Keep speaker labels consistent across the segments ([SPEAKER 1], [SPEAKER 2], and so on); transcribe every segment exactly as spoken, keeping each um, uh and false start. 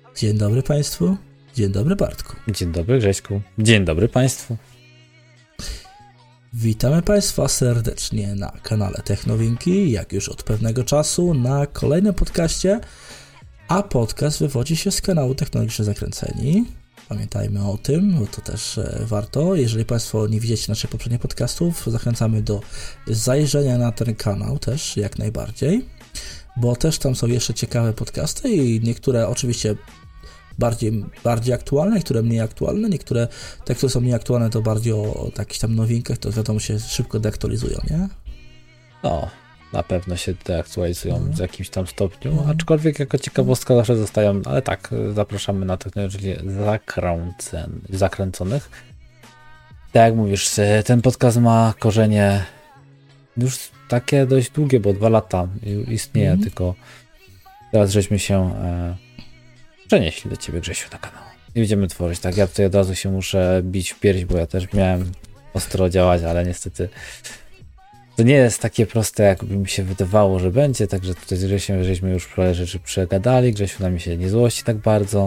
[SPEAKER 1] Dzień dobry Państwu. Dzień dobry Bartku.
[SPEAKER 2] Dzień dobry Grześku. Dzień dobry Państwu.
[SPEAKER 1] Witamy Państwa serdecznie na kanale Technowinki, jak już od pewnego czasu na kolejnym podcaście, a podcast wywodzi się z kanału Technologicznie Zakręceni. Pamiętajmy o tym, bo to też warto. Jeżeli Państwo nie widzicie naszych poprzednich podcastów, zachęcamy do zajrzenia na ten kanał też jak najbardziej, bo też tam są jeszcze ciekawe podcasty i niektóre oczywiście bardziej, bardziej aktualne, niektóre mniej aktualne, niektóre te, które są mniej aktualne, to bardziej o, o jakichś tam nowinkach, to wiadomo się szybko deaktualizują, nie?
[SPEAKER 2] No, na pewno się deaktualizują
[SPEAKER 1] Mhm.
[SPEAKER 2] w jakimś tam stopniu,
[SPEAKER 1] Mhm.
[SPEAKER 2] aczkolwiek jako ciekawostka zawsze zostają, ale tak, zapraszamy na technologicznie zakręcen, zakręconych. Tak jak mówisz, ten podcast ma korzenie już takie dość długie, bo dwa lata istnieje,
[SPEAKER 1] Mhm.
[SPEAKER 2] tylko teraz żeśmy się e, przenieśli do ciebie, Grzesiu, na kanał. I będziemy tworzyć, tak, ja tutaj od razu się muszę bić w pierś, bo ja też miałem ostro działać, ale niestety to nie jest takie proste, jakby mi się wydawało, że będzie, także tutaj z Grzesiem żeśmy już parę rzeczy przegadali, Grzesiu na mnie się nie złości tak bardzo.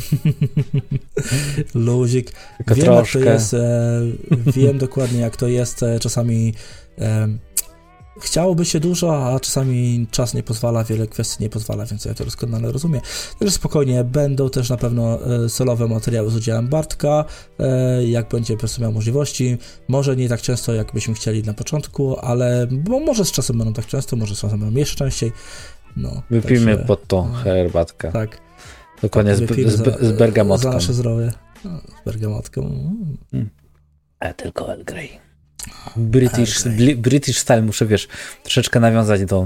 [SPEAKER 1] Luzik.
[SPEAKER 2] Tylko
[SPEAKER 1] wiem,
[SPEAKER 2] troszkę.
[SPEAKER 1] jak to jest, e, wiem dokładnie, jak to jest. E, czasami e, chciałoby się dużo, a czasami czas nie pozwala, wiele kwestii nie pozwala, więc ja to doskonale rozumiem. Także spokojnie, będą też na pewno e, solowe materiały z udziałem Bartka, e, jak będzie po prostu miał możliwości. Może nie tak często, jak byśmy chcieli na początku, ale bo może z czasem będą tak często, może z czasem będą jeszcze częściej. No,
[SPEAKER 2] Wypijmy
[SPEAKER 1] także,
[SPEAKER 2] pod tą herbatkę.
[SPEAKER 1] tak.
[SPEAKER 2] Dokładnie z,
[SPEAKER 1] Wypijmy
[SPEAKER 2] z,
[SPEAKER 1] za-
[SPEAKER 2] z bergamotką.
[SPEAKER 1] Za nasze zdrowie. No, z bergamotką. Mm.
[SPEAKER 2] A tylko Earl Grey. British,
[SPEAKER 1] Earl Grey.
[SPEAKER 2] bli- British style, muszę, wiesz, troszeczkę nawiązać do,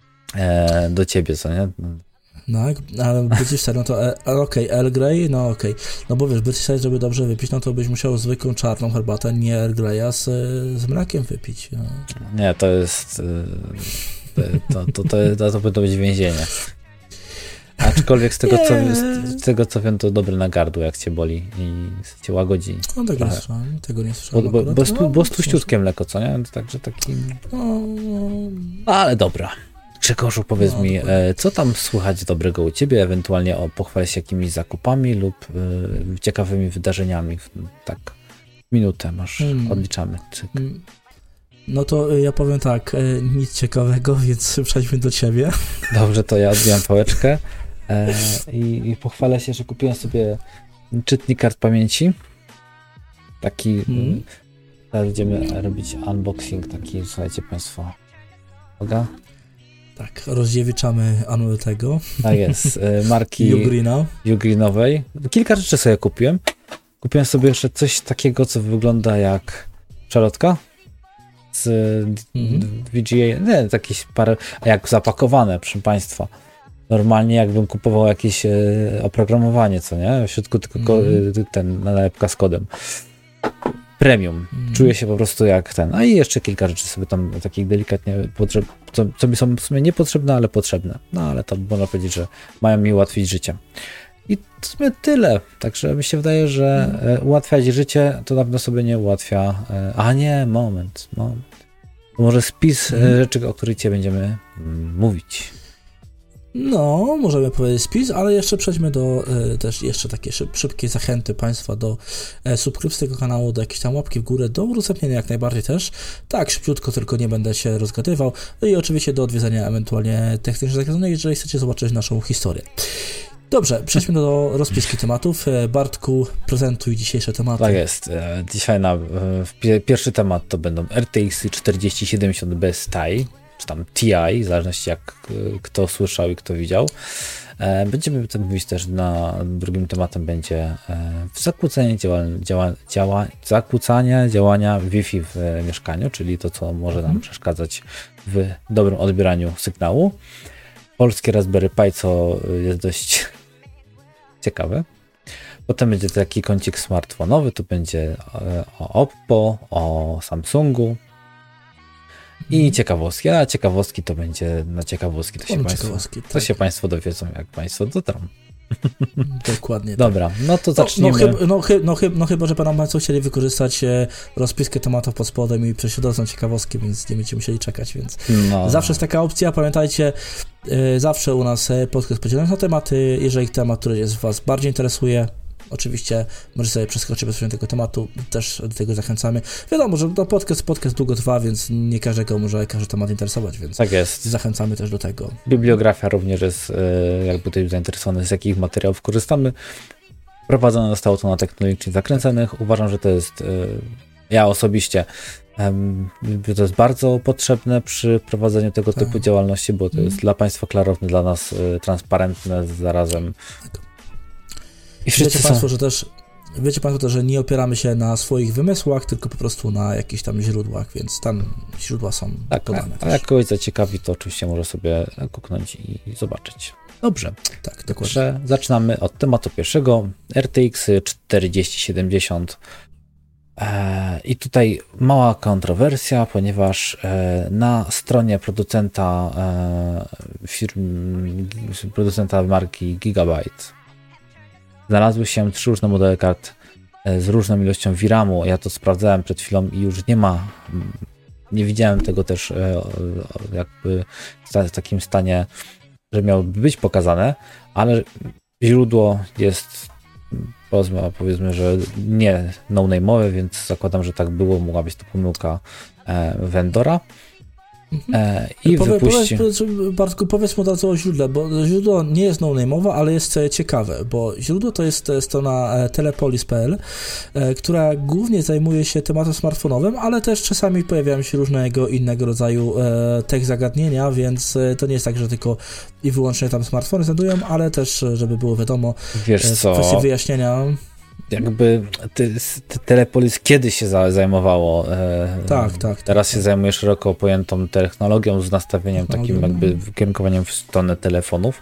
[SPEAKER 2] e, do ciebie, co nie?
[SPEAKER 1] No, ale British Style, no to e, okej, Earl Grey, no okej. No bo wiesz, British Style, żeby dobrze wypić, no to byś musiał zwykłą czarną herbatę, nie Earl Greya z, z mlekiem wypić. No.
[SPEAKER 2] Nie, to jest... e, To, to, to, to, to powinno być więzienie. Aczkolwiek z tego, co, z, z tego co wiem, to dobre na gardło, jak cię boli i cię łagodzi.
[SPEAKER 1] No tego nie
[SPEAKER 2] Trochę.
[SPEAKER 1] słyszałem, tego nie
[SPEAKER 2] Bo,
[SPEAKER 1] słyszałem
[SPEAKER 2] bo,
[SPEAKER 1] akurat.
[SPEAKER 2] bo, stu,
[SPEAKER 1] No,
[SPEAKER 2] bo stuściutkie mleko, co nie? Także taki...
[SPEAKER 1] No,
[SPEAKER 2] Ale dobra. Grzegorzu, powiedz
[SPEAKER 1] No,
[SPEAKER 2] mi,
[SPEAKER 1] dokładnie.
[SPEAKER 2] e, co tam słychać dobrego u ciebie, ewentualnie o pochwal się jakimiś zakupami lub e, ciekawymi wydarzeniami. Tak, minutę masz,
[SPEAKER 1] Hmm.
[SPEAKER 2] odliczamy. Cyk.
[SPEAKER 1] mm, no to ja powiem tak, e, nic ciekawego, więc przejdźmy do ciebie.
[SPEAKER 2] Dobrze, to ja odbijam pałeczkę e, i, i pochwalę się, że kupiłem sobie czytnik kart pamięci. Taki,
[SPEAKER 1] Mhm.
[SPEAKER 2] e, teraz będziemy robić unboxing taki, słuchajcie państwo. Uwaga.
[SPEAKER 1] Tak, rozdziewiczamy Anu tego,
[SPEAKER 2] Tak jest, e, marki
[SPEAKER 1] Ugrina.
[SPEAKER 2] Ugrinowej. Kilka rzeczy sobie kupiłem. Kupiłem sobie jeszcze coś takiego, co wygląda jak szalotka z
[SPEAKER 1] Mhm.
[SPEAKER 2] V G A, nie, jakieś parę, a jak zapakowane, proszę państwa. Normalnie jakbym kupował jakieś e, oprogramowanie, co nie? W środku tylko ko-
[SPEAKER 1] Mhm.
[SPEAKER 2] e, ten, nalepka z kodem. Premium.
[SPEAKER 1] Mhm.
[SPEAKER 2] Czuję się po prostu jak ten. A i jeszcze kilka rzeczy sobie tam takich delikatnie potrzeb, co, co mi są w sumie niepotrzebne, ale potrzebne. No ale to można powiedzieć, że mają mi ułatwić życie. I w sumie tyle. Także mi się wydaje, że e, ułatwiać życie to na pewno sobie nie ułatwia. E, a nie, moment, moment. To może spis e,
[SPEAKER 1] Mhm.
[SPEAKER 2] rzeczy, o których dzisiaj będziemy mm, mówić.
[SPEAKER 1] No, możemy powiedzieć spis, ale jeszcze przejdźmy do e, też jeszcze takie szyb, szybkie zachęty Państwa do e, subskrypcji tego kanału, do jakiejś tam łapki w górę, do udostępnienia jak najbardziej też. Tak, szybciutko, tylko nie będę się rozgadywał. No i oczywiście do odwiedzenia ewentualnie technicznie zakręconej, jeżeli chcecie zobaczyć naszą historię. Dobrze, przejdźmy do rozpiski tematów. E, Bartku, prezentuj dzisiejsze tematy.
[SPEAKER 2] Tak jest. E, Dzisiaj na e, w pie- pierwszy temat to będą R T X czterdzieści siedemdziesiąt B z T I, czy tam T I, w zależności jak e, kto słyszał i kto widział. E, Będziemy tam mówić też na drugim tematem będzie e, zakłócenie działa, działa, działa, zakłócanie działania Wi-Fi w e, mieszkaniu, czyli to, co może nam
[SPEAKER 1] Mhm.
[SPEAKER 2] przeszkadzać w dobrym odbieraniu sygnału. Polskie Raspberry Pi, co jest dość ciekawe. Potem będzie taki kącik smartfonowy, tu będzie e, o Oppo, o Samsungu i ciekawostki. A ciekawostki to będzie na ciekawostki, to się,
[SPEAKER 1] Mamy
[SPEAKER 2] państwo,
[SPEAKER 1] ciekawostki,
[SPEAKER 2] to
[SPEAKER 1] tak.
[SPEAKER 2] się Państwo dowiedzą, jak Państwo dotrą.
[SPEAKER 1] Dokładnie.
[SPEAKER 2] Dobra,
[SPEAKER 1] tak.
[SPEAKER 2] no to zaczniemy.
[SPEAKER 1] No, no, chyba, no, chy, no, chy, no chyba, że pana Państwo chcieli wykorzystać e, rozpiskę tematów pod spodem i przejść do ciekawostki, więc nie będziecie musieli czekać, więc
[SPEAKER 2] no.
[SPEAKER 1] zawsze jest taka opcja. Pamiętajcie, e, zawsze u nas e, podcast podzielony na tematy. Jeżeli temat, który jest Was bardziej interesuje, oczywiście możecie sobie przeskoczyć bezpośrednio tego tematu, też do tego zachęcamy. Wiadomo, że no, podcast, podcast długo trwa, więc nie każdego może każdy temat interesować, więc
[SPEAKER 2] tak jest.
[SPEAKER 1] Zachęcamy też do tego.
[SPEAKER 2] Bibliografia również jest, jakby tutaj zainteresowany, z jakich materiałów korzystamy. Prowadzone zostało to na technologicznie zakręconych. Uważam, że to jest, ja osobiście, to jest bardzo potrzebne przy prowadzeniu tego tak. typu działalności, bo to mm. jest dla Państwa klarowne, dla nas transparentne, zarazem i
[SPEAKER 1] wiecie Państwo, są... że też wiecie Państwo też, że nie opieramy się na swoich wymysłach, tylko po prostu na jakichś tam źródłach, więc tam źródła są
[SPEAKER 2] tak,
[SPEAKER 1] podane.
[SPEAKER 2] A, a jak kogoś zaciekawi, to oczywiście może sobie kuknąć i zobaczyć. Dobrze.
[SPEAKER 1] Tak, dokładnie.
[SPEAKER 2] Także zaczynamy od tematu pierwszego. R T X czterdzieści siedemdziesiąt. E, I tutaj mała kontrowersja, ponieważ e, na stronie producenta e, firm, producenta marki Gigabyte znalazły się trzy różne modele kart z różną ilością V RAMu. Ja to sprawdzałem przed chwilą i już nie ma, nie widziałem tego też jakby w takim stanie, że miałoby być pokazane, ale źródło jest powiedzmy, że nie no-name'owe, więc zakładam, że tak było, mogła być to pomyłka vendora. E, I
[SPEAKER 1] Powie,
[SPEAKER 2] wypuści...
[SPEAKER 1] powiedz, Bartku, powiedz mu od razu o źródle, bo źródło nie jest no-name'owe, ale jest ciekawe, bo źródło to jest strona telepolis kropka p l, która głównie zajmuje się tematem smartfonowym, ale też czasami pojawiają się różnego innego rodzaju tech zagadnienia, więc to nie jest tak, że tylko i wyłącznie tam smartfony znajdują, ale też, żeby było wiadomo,
[SPEAKER 2] Wiesz co?
[SPEAKER 1] kwestie wyjaśnienia.
[SPEAKER 2] Jakby ty, ty, Telepolis kiedyś się zajmowało, e,
[SPEAKER 1] tak, tak,
[SPEAKER 2] teraz
[SPEAKER 1] tak,
[SPEAKER 2] się zajmuje szeroko pojętą technologią z nastawieniem
[SPEAKER 1] technologią.
[SPEAKER 2] takim jakby kierunkowaniem w stronę telefonów.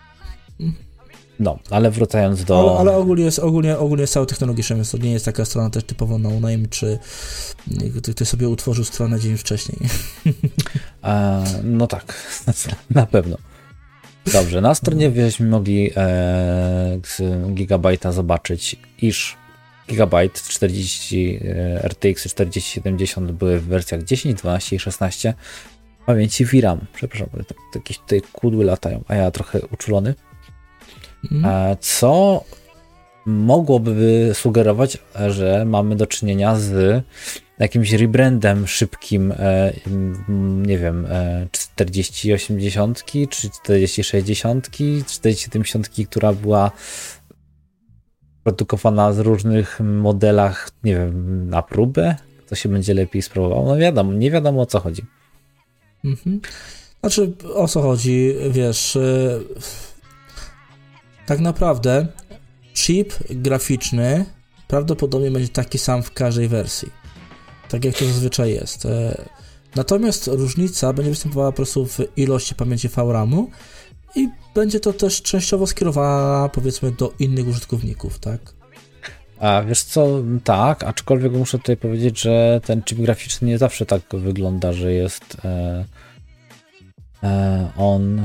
[SPEAKER 2] No, ale wracając do...
[SPEAKER 1] Ale, ale ogólnie jest ogólnie, ogólnie jest cały technologiczny, więc to nie jest taka strona też typowo no-name, czy ktoś sobie utworzył stronę dzień wcześniej.
[SPEAKER 2] E, no tak, na pewno. Dobrze, na stronie byśmy mogli e, z Gigabyte'a zobaczyć, iż Gigabyte czterdzieści, e, R T X czterdzieści siedemdziesiąt były w wersjach dziesięć, dwanaście i szesnaście pamięci V RAM. Przepraszam, tak, jakieś tutaj kudły latają, a ja trochę uczulony. E, co mogłoby sugerować, że mamy do czynienia z jakimś rebrandem szybkim, e, nie wiem, e, czterdzieści osiemdziesiąt, czy czterdzieści sześćdziesiąt, czterdzieści siedemdziesiąt, która była produkowana z różnych modelach, nie wiem, na próbę, to się będzie lepiej sprawowało. No wiadomo, nie wiadomo o co chodzi.
[SPEAKER 1] Mhm. Znaczy, o co chodzi, wiesz, yy, tak naprawdę chip graficzny prawdopodobnie będzie taki sam w każdej wersji. Tak jak to zazwyczaj jest. Natomiast różnica będzie występowała po prostu w ilości pamięci V RAMu i będzie to też częściowo skierowana, powiedzmy, do innych użytkowników, tak?
[SPEAKER 2] A wiesz co, tak, aczkolwiek muszę tutaj powiedzieć, że ten chip graficzny nie zawsze tak wygląda, że jest e, e, on e,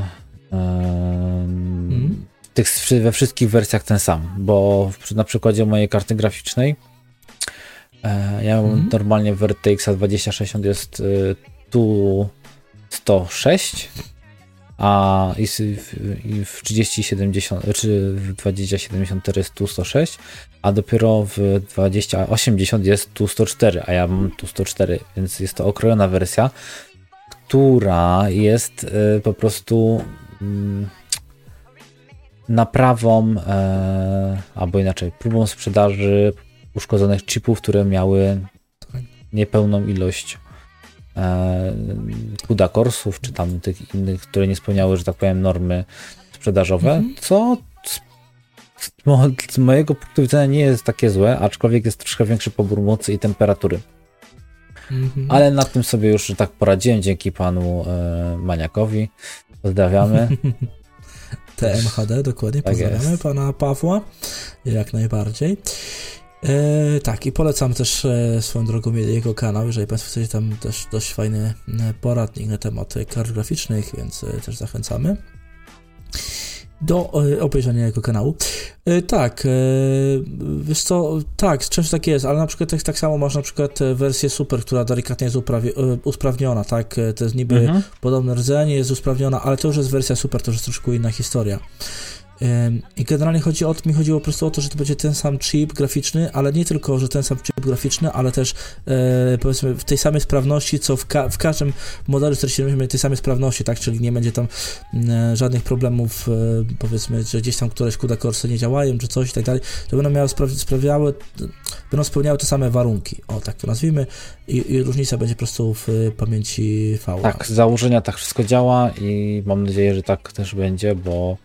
[SPEAKER 2] hmm. tych, we wszystkich wersjach ten sam, bo na przykładzie mojej karty graficznej ja mam mm-hmm. normalnie w R T X dwadzieścia sześćdziesiąt jest tu sto sześć, a i w trzydzieści siedemdziesiąt czy w dwadzieścia siedemdziesiąt jest tu sto sześć, a dopiero w dwadzieścia osiemdziesiąt jest tu sto cztery, a ja mam tu sto cztery, więc jest to okrojona wersja, która jest po prostu naprawą, albo inaczej, próbą sprzedaży uszkodzonych chipów, które miały niepełną ilość e, CUDA coresów, czy tam tych innych, które nie spełniały, że tak powiem, normy sprzedażowe, mm-hmm. co z, z mojego punktu widzenia nie jest takie złe, aczkolwiek jest troszkę większy pobór mocy i temperatury. Mm-hmm. Ale nad tym sobie już tak poradziłem dzięki panu e, Maniakowi. Pozdrawiamy.
[SPEAKER 1] T M H D, dokładnie, tak pozdrawiamy jest. Pana Pawła, jak najbardziej. E, tak, i polecam też e, swoją drogą jego kanał, jeżeli Państwo chcecie, tam też dość fajny e, poradnik na temat kart graficznych, więc e, też zachęcamy. do obejrzenia jego kanału. Tak, wiesz co, tak, często tak jest, ale na przykład tak, tak samo masz na przykład wersję super, która delikatnie jest uprawi- usprawniona, tak, to jest niby mhm. podobne rdzenie, jest usprawniona, ale to już jest wersja super, to już jest troszkę inna historia. I generalnie chodzi o to, mi chodziło po prostu o to, że to będzie ten sam chip graficzny, ale nie tylko, że ten sam chip graficzny, ale też e, powiedzmy w tej samej sprawności, co w, ka- w każdym modelu czterdzieści siedem będzie tej samej sprawności, tak, czyli nie będzie tam e, żadnych problemów, e, powiedzmy, że gdzieś tam któreś kuda korsy nie działają, czy coś i tak dalej, to będą miały spra- sprawiały, będą spełniały te same warunki, o tak to nazwijmy, i, i różnica będzie po prostu w pamięci V RAM.
[SPEAKER 2] Tak, z założenia tak wszystko działa i mam nadzieję, że tak też będzie, bo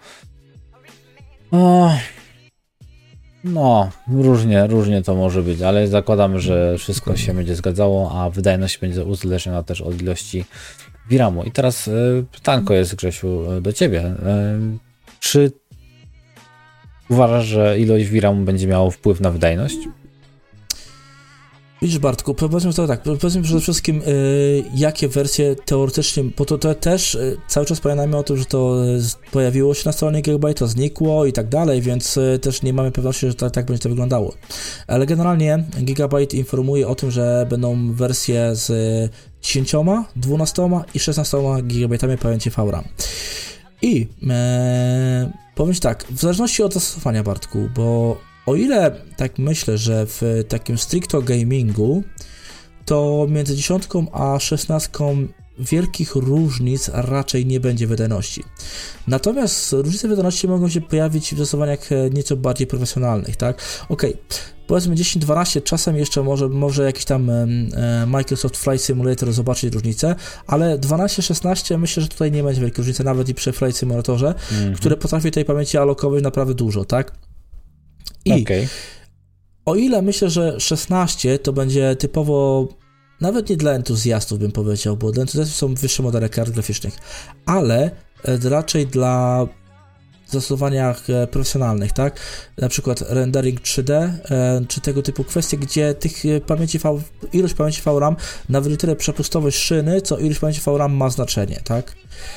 [SPEAKER 2] O, no, różnie, różnie to może być, ale zakładamy, że wszystko się będzie zgadzało, a wydajność będzie uzależniona też od ilości V RAMu. I teraz y, pytanko jest, Grzesiu, do ciebie. Y, czy uważasz, że ilość V RAMu będzie miała wpływ na wydajność?
[SPEAKER 1] Widzisz, Bartku, powiedzmy to tak, powiedzmy przede wszystkim, y, jakie wersje teoretycznie, bo to, to też y, cały czas pamiętajmy o tym, że to y, pojawiło się na stronie Gigabyte, to znikło i tak dalej, więc y, też nie mamy pewności, że tak, tak będzie to wyglądało. Ale generalnie Gigabyte informuje o tym, że będą wersje z dziesięć, dwanaście i szesnaście gigabajtami pamięci V RAM. I y, powiem ci tak, w zależności od zastosowania, Bartku, bo o ile tak myślę, że w takim stricto gamingu to między dziesiątką a szesnastką wielkich różnic raczej nie będzie wydajności. Natomiast różnice wydajności mogą się pojawić w zastosowaniach nieco bardziej profesjonalnych, tak? Okej, okay. Powiedzmy dziesięć dwanaście czasem jeszcze może, może jakiś tam e, Microsoft Flight Simulator zobaczyć różnicę, ale dwanaście szesnaście myślę, że tutaj nie będzie wielkiej różnicy, nawet i przy Flight Simulatorze, mm-hmm. które potrafi tej pamięci alokować naprawdę dużo, tak? I okay. o ile myślę, że szesnaście to będzie typowo, nawet nie dla entuzjastów bym powiedział, bo dla entuzjastów są wyższe modele kart graficznych, ale raczej dla zastosowaniach profesjonalnych, tak? Na przykład rendering trzy D, czy tego typu kwestie, gdzie tych pamięci V, ilość pamięci V RAM nawet tyle przepustowość szyny, co ilość pamięci V RAM ma znaczenie, tak?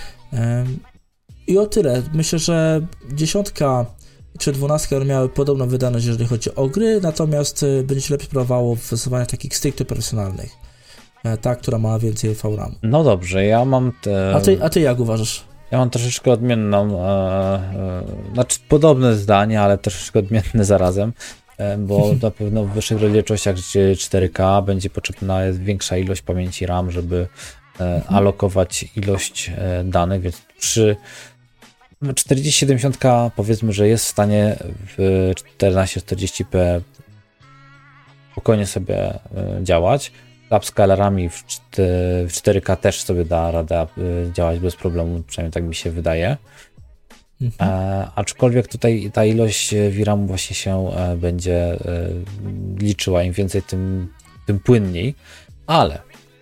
[SPEAKER 1] I o tyle. Myślę, że dziesiątka czy dwunastka miały podobną wydajność, jeżeli chodzi o gry, natomiast będzie się lepiej sprawowało w zastosowaniach takich stricte profesjonalnych. Ta, która ma więcej V RAM.
[SPEAKER 2] No dobrze, ja mam te...
[SPEAKER 1] A ty, a ty jak uważasz?
[SPEAKER 2] Ja mam troszeczkę odmienną, e, e, znaczy podobne zdanie, ale troszeczkę odmienne zarazem, e, bo na pewno w wyższych rozdzielczościach cztery K będzie potrzebna jest większa ilość pamięci RAM, żeby e, alokować ilość e, danych, więc przy czterdzieści siedemdziesiąt powiedzmy, że jest w stanie w czternaście czterdzieści p spokojnie sobie działać. Upscalerami w cztery K też sobie da radę działać bez problemu, przynajmniej tak mi się wydaje. Mhm. E, aczkolwiek tutaj ta ilość V RAMu właśnie się będzie liczyła, im więcej, tym, tym płynniej, ale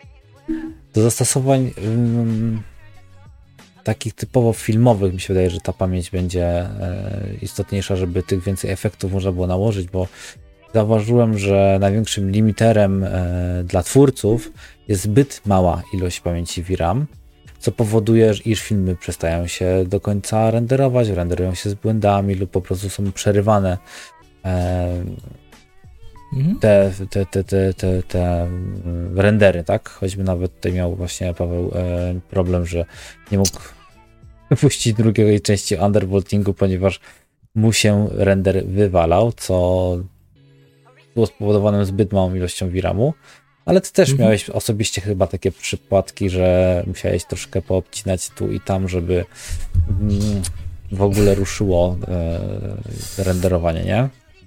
[SPEAKER 2] do zastosowań um, takich typowo filmowych mi się wydaje, że ta pamięć będzie e, istotniejsza, żeby tych więcej efektów można było nałożyć, bo zauważyłem, że największym limiterem e, dla twórców jest zbyt mała ilość pamięci V RAM, co powoduje, iż filmy przestają się do końca renderować, renderują się z błędami lub po prostu są przerywane e, te, te, te, te, te, te rendery, tak? Choćby nawet tutaj miał właśnie Paweł e, problem, że nie mógł wypuścić drugiej części undervoltingu, ponieważ mu się render wywalał, co było spowodowane zbyt małą ilością V RAMu, ale ty też mhm. miałeś osobiście chyba takie przypadki, że musiałeś troszkę poobcinać tu i tam, żeby mm, w ogóle ruszyło e, renderowanie, nie?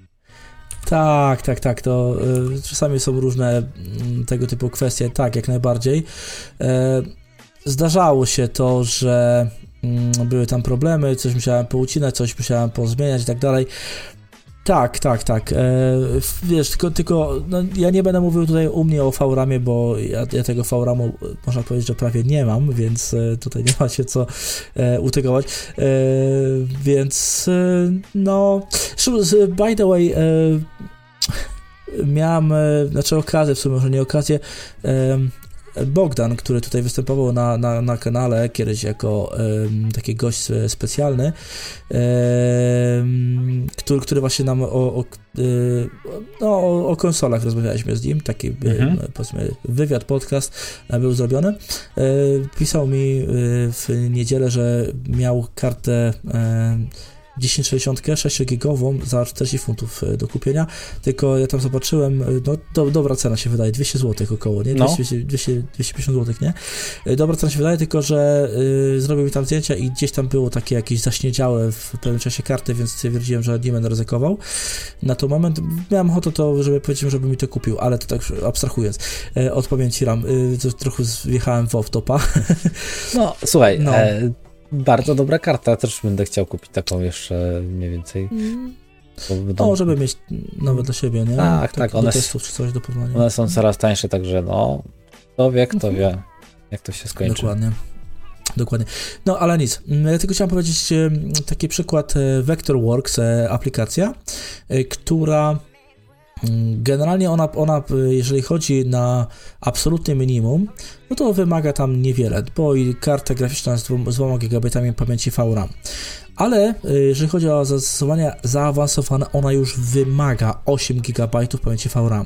[SPEAKER 1] Tak, tak, tak, to y, czasami są różne y, tego typu kwestie, tak, jak najbardziej. Y, zdarzało się to, że y, były tam problemy, coś musiałem poucinać, coś musiałem pozmieniać i tak dalej. Tak, tak, tak. E, wiesz, tylko, tylko no, ja nie będę mówił tutaj u mnie o V RAMie, bo ja, ja tego V RAMu można powiedzieć, że prawie nie mam, więc e, tutaj nie ma się co e, utygować. E, więc e, no, by the way, e, miałem, e, znaczy okazję, w sumie może nie okazję, e, Bogdan, który tutaj występował na, na, na kanale kiedyś jako um, taki gość specjalny, um, który, który właśnie nam o, o, no, o, o konsolach rozmawialiśmy z nim, taki mhm. powiedzmy wywiad, podcast był zrobiony. Pisał mi w niedzielę, że miał kartę tysiąc sześćdziesiąt sześć gigową za czterdzieści funtów do kupienia, tylko ja tam zobaczyłem, no do, dobra cena się wydaje, dwieście złotych około, nie? dwieście, dwieście, dwieście pięćdziesiąt złotych, nie? Dobra cena się wydaje, tylko że y, zrobił mi tam zdjęcia i gdzieś tam było takie jakieś zaśniedziałe w pewnym czasie karty, więc stwierdziłem, że nie będę ryzykował. Na ten moment miałem ochotę to, żeby powiedzieć, żeby mi to kupił, ale to tak abstrahując y, od pamięci RAM, y, to trochę wjechałem w off-topa.
[SPEAKER 2] No, słuchaj, no. E... Bardzo dobra karta, też będę chciał kupić taką jeszcze mniej więcej. Mm.
[SPEAKER 1] Będą... O, żeby mieć nawet dla siebie, nie?
[SPEAKER 2] Tak, tak.
[SPEAKER 1] Do
[SPEAKER 2] one,
[SPEAKER 1] testów czy coś do porównania.
[SPEAKER 2] One są coraz tańsze, także no, kto wie, kto mhm. wie, jak to się skończy.
[SPEAKER 1] Dokładnie. Dokładnie. No, ale nic. Ja tylko chciałem powiedzieć taki przykład Vectorworks, aplikacja, która generalnie ona, ona, jeżeli chodzi na absolutne minimum, no to wymaga tam niewiele, bo i karta graficzna z dwoma gigabajtami pamięci V RAM. Ale jeżeli chodzi o zastosowania zaawansowane, ona już wymaga osiem gigabajtów pamięci V RAM.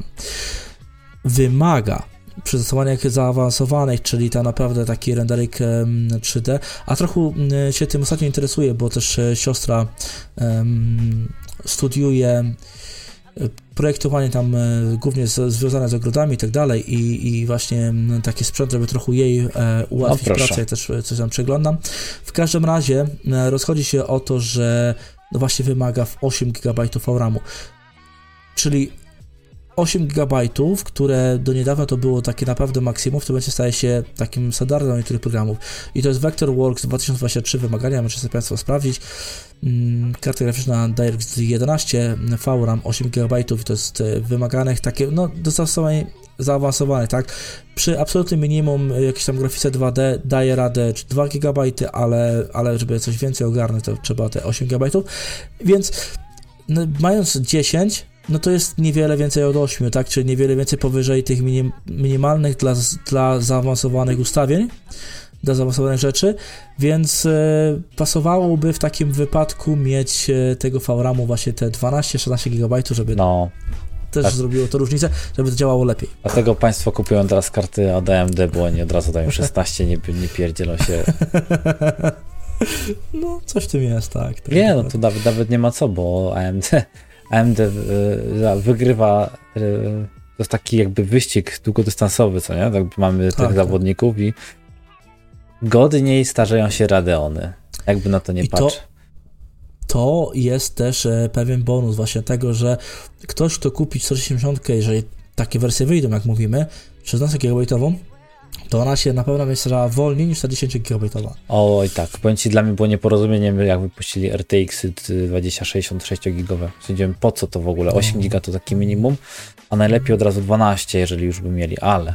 [SPEAKER 1] Wymaga przy zastosowaniach zaawansowanych, czyli tam naprawdę taki renderik trzy D, a trochę się tym ostatnio interesuję, bo też siostra um, studiuje projektowanie tam głównie z, związane z ogrodami i tak dalej i, i właśnie taki sprzęt, żeby trochę jej e, ułatwić no pracę, ja też coś tam przeglądam. W każdym razie e, rozchodzi się o to, że no właśnie wymaga w osiem gigabajtów V RAMu, czyli osiem gigabajtów, które do niedawna to było takie naprawdę maksimum, w tym momencie staje się takim standardem dla niektórych programów. I to jest Vectorworks dwa tysiące dwadzieścia trzy wymagania, muszę sobie Państwo sprawdzić. Hmm, karta graficzna DirectX jedenaście, V RAM osiem gigabajtów i to jest wymaganych takie, no, do zastosowań zaawansowanych, tak? Przy absolutnym minimum jakiejś tam grafice dwa D daje radę dwa gigabajty, ale, ale żeby coś więcej ogarnąć, to trzeba te osiem gigabajtów. Więc no, mając dziesięć, no to jest niewiele więcej od ośmiu, tak? Czyli niewiele więcej powyżej tych minim, minimalnych dla, dla zaawansowanych ustawień, dla zaawansowanych rzeczy, więc e, pasowałoby w takim wypadku mieć e, tego V RAMu właśnie te dwanaście szesnaście gigabajtów, żeby
[SPEAKER 2] no,
[SPEAKER 1] też tak. zrobiło to różnicę, żeby to działało lepiej.
[SPEAKER 2] Dlatego Państwo kupują teraz karty od A M D, bo oni od razu dają szesnaście, nie, nie pierdzielą się.
[SPEAKER 1] No, coś w tym jest, tak. tak
[SPEAKER 2] nie, no to nawet, nawet nie ma co, bo A M D A M D y, wygrywa, y, to jest taki jakby wyścig długodystansowy, co nie? Tak, mamy tak, tych tak. zawodników i godniej starzeją się Radeony, jakby na to nie patrzeć.
[SPEAKER 1] To, to jest też e, pewien bonus właśnie tego, że ktoś, kto kupi czterysta osiemdziesiąt, jeżeli takie wersje wyjdą, jak mówimy, szesnaście gigabajtową, to ona się na pewno będzie starzała wolniej niż ta dziesięć gigabajtowa.
[SPEAKER 2] Oj tak, powiem Ci, dla mnie było nieporozumieniem, jak wypuścili R T X dwadzieścia sześćdziesiąt sześć gigowe. Sądziłem, po co to w ogóle? osiem giga to takie minimum, a najlepiej od razu dwanaście, jeżeli już by mieli, ale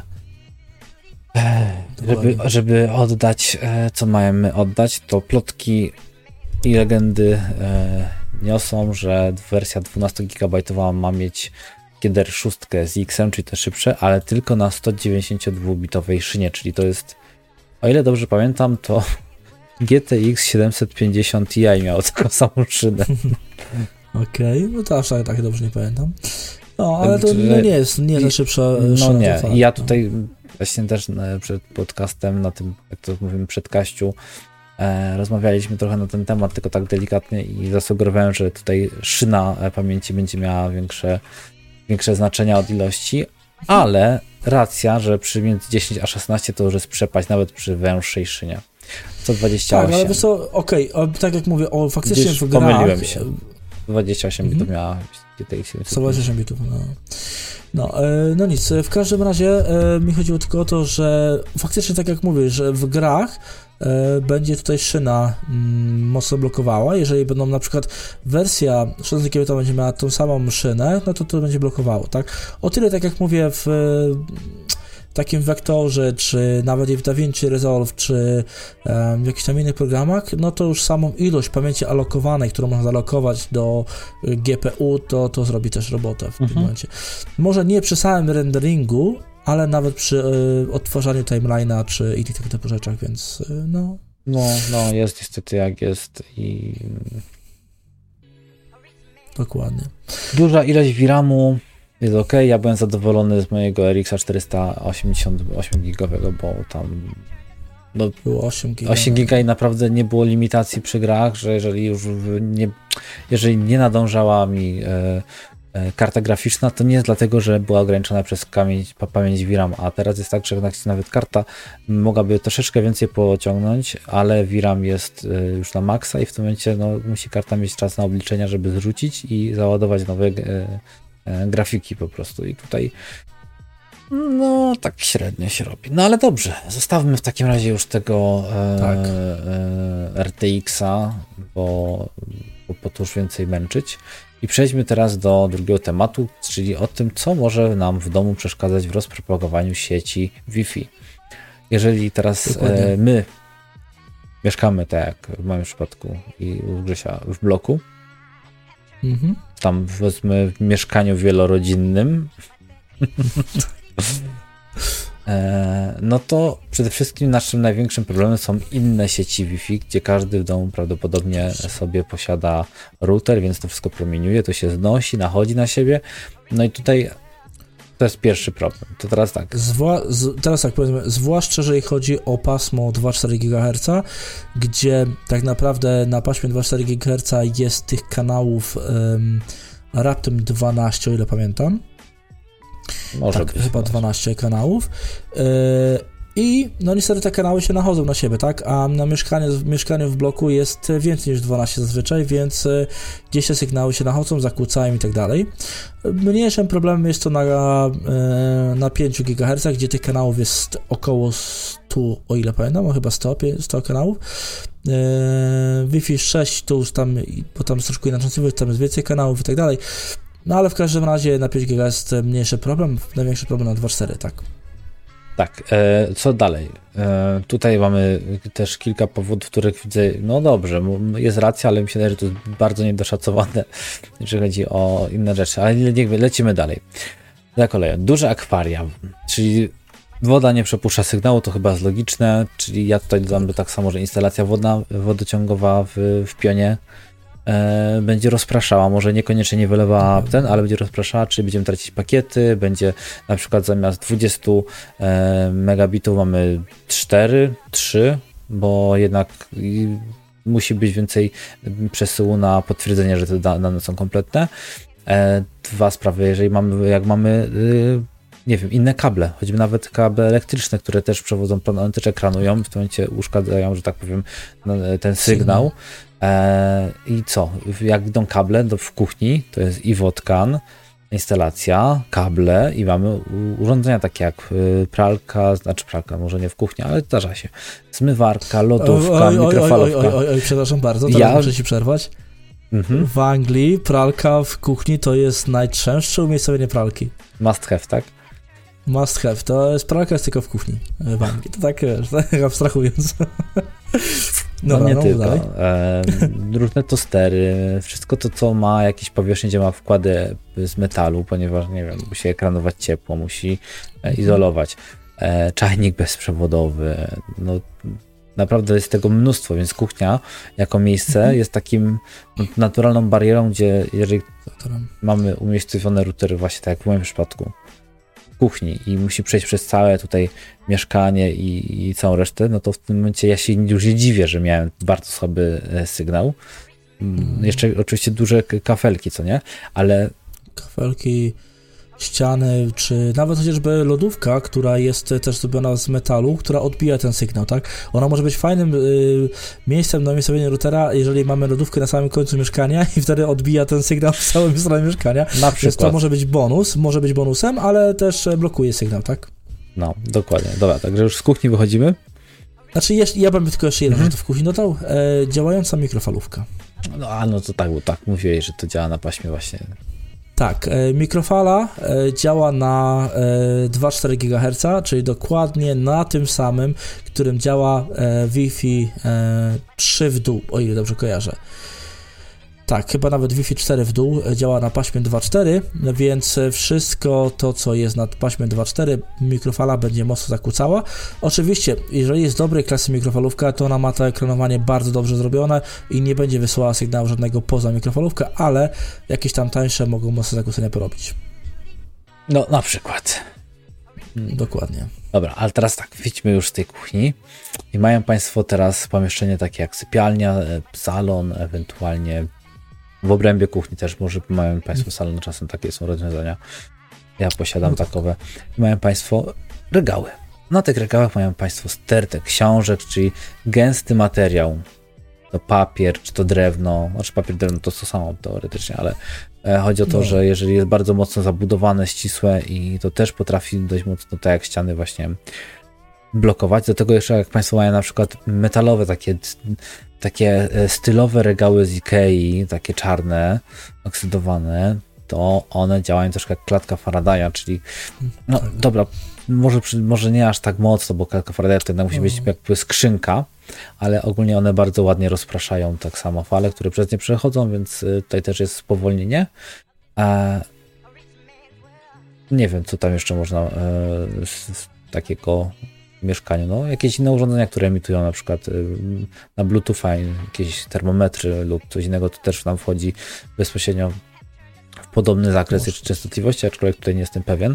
[SPEAKER 2] żeby, żeby oddać, co mamy oddać, to plotki i legendy niosą, że wersja dwanaście gigabajtowa ma mieć G D R sześć z X-em, czyli te szybsze, ale tylko na sto dziewięćdziesięciodwubitowej szynie, czyli to jest, o ile dobrze pamiętam, to G T X siedemset pięćdziesiąt Ti miało taką samą szynę.
[SPEAKER 1] Okej, okay, no to aż tak, tak dobrze nie pamiętam. No, ale to no, nie jest, nie jest szybsza
[SPEAKER 2] No
[SPEAKER 1] szyna,
[SPEAKER 2] nie,
[SPEAKER 1] fakt,
[SPEAKER 2] i ja tutaj no. właśnie też przed podcastem, na tym, jak to mówimy, przedkaściu, e, rozmawialiśmy trochę na ten temat, tylko tak delikatnie i zasugerowałem, że tutaj szyna pamięci będzie miała większe większe znaczenia od ilości, ale racja, że przy między dziesięć a szesnaście to już jest przepaść nawet przy węższej szynie. sto dwadzieścia osiem.
[SPEAKER 1] Tak, ale wiesz co, okej, okay, tak jak mówię, o faktycznie
[SPEAKER 2] Gdyż
[SPEAKER 1] w grach...
[SPEAKER 2] pomyliłem się. dwadzieścia osiem bitów mm-hmm. miała G T X.
[SPEAKER 1] sto dwadzieścia osiem bitów, no. No, e, no nic, w każdym razie e, mi chodziło tylko o to, że faktycznie tak jak mówię, że w grach e, będzie tutaj szyna mm, mocno blokowała. Jeżeli będą na przykład wersja szesnaście gigabajtowa będzie miała tą samą szynę, no to to będzie blokowało, tak? O tyle, tak jak mówię, w e, takim Vektorze, czy nawet w DaVinci Resolve, czy e, w jakichś tam innych programach, no to już samą ilość pamięci alokowanej, którą można zalokować do G P U, to, to zrobi też robotę w tym
[SPEAKER 2] mhm.
[SPEAKER 1] momencie. Może nie przy samym renderingu, ale nawet przy y, odtwarzaniu timeline'a czy innych tego typu rzeczach, więc y, no...
[SPEAKER 2] No, no, jest niestety jak jest i...
[SPEAKER 1] Dokładnie.
[SPEAKER 2] Duża ilość V RAMu jest ok, ja byłem zadowolony z mojego R X czterysta osiemdziesiąt osiem gigowego, bo tam no,
[SPEAKER 1] było osiem giga.
[SPEAKER 2] osiem giga i naprawdę nie było limitacji przy grach, że jeżeli już nie, jeżeli nie nadążała mi e, e, karta graficzna, to nie jest dlatego, że była ograniczona przez pamięć, pamięć V RAM, a teraz jest tak, że nawet karta mogłaby troszeczkę więcej pociągnąć, ale V RAM jest e, już na maksa i w tym momencie no, musi karta mieć czas na obliczenia, żeby zrzucić i załadować nowe e, e, grafiki po prostu i tutaj no, tak średnio się robi. No, ale dobrze. Zostawmy w takim razie już tego e,
[SPEAKER 1] tak.
[SPEAKER 2] e, R T X-a, bo, bo po to już więcej męczyć. I przejdźmy teraz do drugiego tematu, czyli o tym, co może nam w domu przeszkadzać w rozpropagowaniu sieci Wi-Fi. Jeżeli teraz e, my mieszkamy, tak jak w moim przypadku i u Grzesia, w bloku,
[SPEAKER 1] mhm.
[SPEAKER 2] tam powiedzmy w mieszkaniu wielorodzinnym, no to przede wszystkim naszym największym problemem są inne sieci Wi-Fi, gdzie każdy w domu prawdopodobnie sobie posiada router, więc to wszystko promieniuje, to się znosi, nachodzi na siebie. No i tutaj to jest pierwszy problem. To teraz tak.
[SPEAKER 1] Zwła- z, teraz tak powiedzmy, zwłaszcza jeżeli chodzi o pasmo dwa przecinek cztery gigaherca, gdzie tak naprawdę na paśmie dwa przecinek cztery gigaherca jest tych kanałów um, raptem dwanaście, o ile pamiętam.
[SPEAKER 2] Może
[SPEAKER 1] tak,
[SPEAKER 2] być,
[SPEAKER 1] chyba
[SPEAKER 2] może.
[SPEAKER 1] dwanaście kanałów. Yy, I no niestety te kanały się nachodzą na siebie, tak? A na mieszkaniu, w mieszkaniu w bloku jest więcej niż dwanaście zazwyczaj, więc yy, gdzieś te sygnały się nachodzą, zakłócają i tak dalej. Mniejszym problemem jest to na, yy, na pięć gigaherców, gdzie tych kanałów jest około sto, o ile pamiętam, o chyba sto, sto kanałów. Yy, Wi-Fi sześć to już tam, bo tam jest troszkę inaczej, tam jest więcej kanałów i tak dalej. No ale w każdym razie na pięć giga jest mniejszy problem, największy problem na dwa przecinek cztery, tak.
[SPEAKER 2] Tak, e, co dalej? E, tutaj mamy też kilka powodów, w których widzę, no dobrze, jest racja, ale mi się wydaje, że to jest bardzo niedoszacowane, jeżeli chodzi o inne rzeczy, ale niech lecimy dalej. Za koleją, duże akwaria, czyli woda nie przepuszcza sygnału, to chyba jest logiczne, czyli ja tutaj dodam tak samo, że instalacja wodna, wodociągowa w, w pionie E, będzie rozpraszała, może niekoniecznie nie wylewała ten, ale będzie rozpraszała, czyli będziemy tracić pakiety, będzie na przykład zamiast dwadzieścia e, megabitów mamy cztery, trzy, bo jednak i, musi być więcej przesyłu na potwierdzenie, że te dane są kompletne. E, dwa sprawy, jeżeli mamy, jak mamy y, nie wiem, inne kable, choćby nawet kable elektryczne, które też przewodzą prąd, też ekranują, w tym momencie uszkadzają, że tak powiem, ten sygnał. E, I co? Jak idą kable do, w kuchni, to jest i wodkan, instalacja, kable i mamy urządzenia takie jak pralka, znaczy pralka, może nie w kuchni, ale zdarza się. Zmywarka, lodówka,
[SPEAKER 1] oj, oj,
[SPEAKER 2] mikrofalówka.
[SPEAKER 1] Oj, oj, oj, oj, przepraszam bardzo, teraz ja... muszę ci przerwać. Mhm. W Anglii pralka w kuchni to jest najczęstsze umiejscowienie pralki.
[SPEAKER 2] Must have, tak?
[SPEAKER 1] Must have. To jest pralka jest tylko w kuchni w Anglii. To tak, wiesz, tak abstrahując.
[SPEAKER 2] No, no nie no, tylko. E, różne tostery, wszystko to, co ma jakieś powierzchnie, gdzie ma wkłady z metalu, ponieważ, nie wiem, musi ekranować ciepło, musi e, izolować. E, czajnik bezprzewodowy, no naprawdę jest tego mnóstwo, więc kuchnia jako miejsce mhm. jest takim naturalną barierą, gdzie jeżeli mamy umiejscowione routery, właśnie tak jak w moim przypadku, kuchni i musi przejść przez całe tutaj mieszkanie i, i całą resztę, no to w tym momencie ja się już nie dziwię, że miałem bardzo słaby sygnał. Mm. Jeszcze oczywiście duże kafelki, co nie? Ale...
[SPEAKER 1] Kafelki, ściany, czy nawet chociażby lodówka, która jest też zrobiona z metalu, która odbija ten sygnał, tak? Ona może być fajnym y, miejscem na umiejscowienie routera, jeżeli mamy lodówkę na samym końcu mieszkania i wtedy odbija ten sygnał w całym stronie mieszkania. Na przykład. Więc to może być bonus, może być bonusem, ale też blokuje sygnał, tak?
[SPEAKER 2] No, dokładnie. Dobra, także już z kuchni wychodzimy.
[SPEAKER 1] Znaczy, jeszcze, ja bym tylko jeszcze jeden mhm. rzecz w kuchni dodał. E, działająca mikrofalówka.
[SPEAKER 2] No, a no to tak, bo tak mówiłeś, że to działa na paśmie właśnie.
[SPEAKER 1] Tak, e, mikrofala e, działa na e, dwa przecinek cztery gigaherca, czyli dokładnie na tym samym, którym działa e, Wi-Fi e, trzy w dół, o ile dobrze kojarzę. tak, chyba nawet Wi-Fi cztery w dół działa na paśmie dwa cztery, więc wszystko to, co jest nad paśmem dwa cztery, mikrofala będzie mocno zakłócała. Oczywiście, jeżeli jest dobrej klasy mikrofalówka, to ona ma to ekranowanie bardzo dobrze zrobione i nie będzie wysyłała sygnału żadnego poza mikrofalówkę, ale jakieś tam tańsze mogą mocne zakłócenia porobić.
[SPEAKER 2] No, na przykład.
[SPEAKER 1] Dokładnie.
[SPEAKER 2] Dobra, ale teraz tak, wyjdźmy już z tej kuchni i mają Państwo teraz pomieszczenie takie jak sypialnia, salon, ewentualnie w obrębie kuchni też może mają Państwo salon, czasem takie są rozwiązania. Ja posiadam takowe. I mają Państwo regały. Na tych regałach mają Państwo stertę książek, czyli gęsty materiał. To papier, czy to drewno, znaczy papier, drewno to to samo teoretycznie, ale chodzi o to, no. że jeżeli jest bardzo mocno zabudowane, ścisłe i to też potrafi dość mocno, tak jak ściany właśnie blokować. Do tego jeszcze jak Państwo mają na przykład metalowe takie, takie stylowe regały z Ikei, takie czarne, oksydowane, to one działają troszkę jak klatka Faradaya, czyli no tak. dobra, może, może nie aż tak mocno, bo klatka Faradaya to jednak musi być uh-huh. jakby skrzynka, ale ogólnie one bardzo ładnie rozpraszają tak samo fale, które przez nie przechodzą, więc tutaj też jest spowolnienie. E, nie wiem, co tam jeszcze można e, z, z takiego mieszkania. No, jakieś inne urządzenia, które emitują na przykład e, na Bluetootha, jakieś termometry lub coś innego, to też nam wchodzi bezpośrednio w podobny zakres czy częstotliwości, aczkolwiek tutaj nie jestem pewien.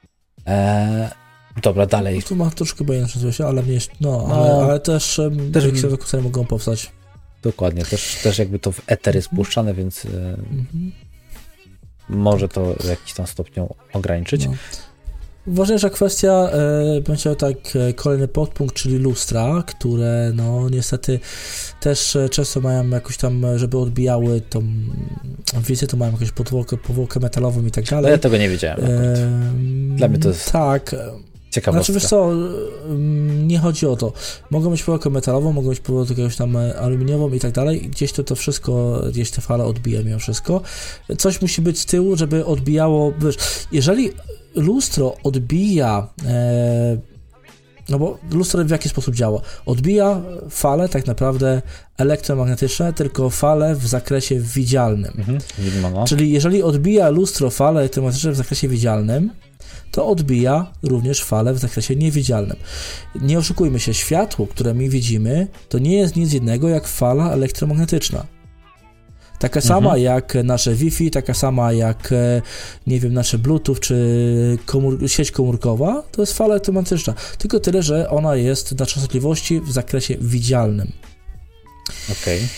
[SPEAKER 2] E, Dobra, dalej.
[SPEAKER 1] Tu ma troszkę chyba inaczej, ale mnie no, no, ale, ale też, też jakieś zakłócenia mogą powstać.
[SPEAKER 2] Dokładnie, też, też jakby to w eter jest puszczane, więc mm-hmm. może to w jakiś tam stopniu ograniczyć. No.
[SPEAKER 1] Ważniejsza kwestia, e, bym chciał tak kolejny podpunkt, czyli lustra, które no niestety też często mają jakoś tam, żeby odbijały tą wizję, to mają jakąś podwłokę, powłokę metalową i tak dalej.
[SPEAKER 2] No ja tego nie wiedziałem. E, Dla mnie to jest...
[SPEAKER 1] Tak.
[SPEAKER 2] Ciekawostka.
[SPEAKER 1] Znaczy, wiesz co, nie chodzi o to. Mogą mieć powłokę metalową, mogą mieć powłokę jakąś tam aluminiową i tak dalej. Gdzieś to to wszystko, gdzieś te fale odbija mimo wszystko. Coś musi być z tyłu, żeby odbijało, wiesz, jeżeli lustro odbija, e, no bo lustro w jaki sposób działa? Odbija fale tak naprawdę elektromagnetyczne, tylko fale w zakresie widzialnym. Mhm, no. Czyli jeżeli odbija lustro fale elektromagnetyczne w zakresie widzialnym, to odbija również fale w zakresie niewidzialnym. Nie oszukujmy się, światło, które my widzimy, to nie jest nic innego jak fala elektromagnetyczna. Taka sama mhm. jak nasze Wi-Fi, taka sama jak, nie wiem, nasze Bluetooth czy komór- sieć komórkowa, to jest fala elektromagnetyczna. Tylko tyle, że ona jest na częstotliwości w zakresie widzialnym.
[SPEAKER 2] Okej. Okay.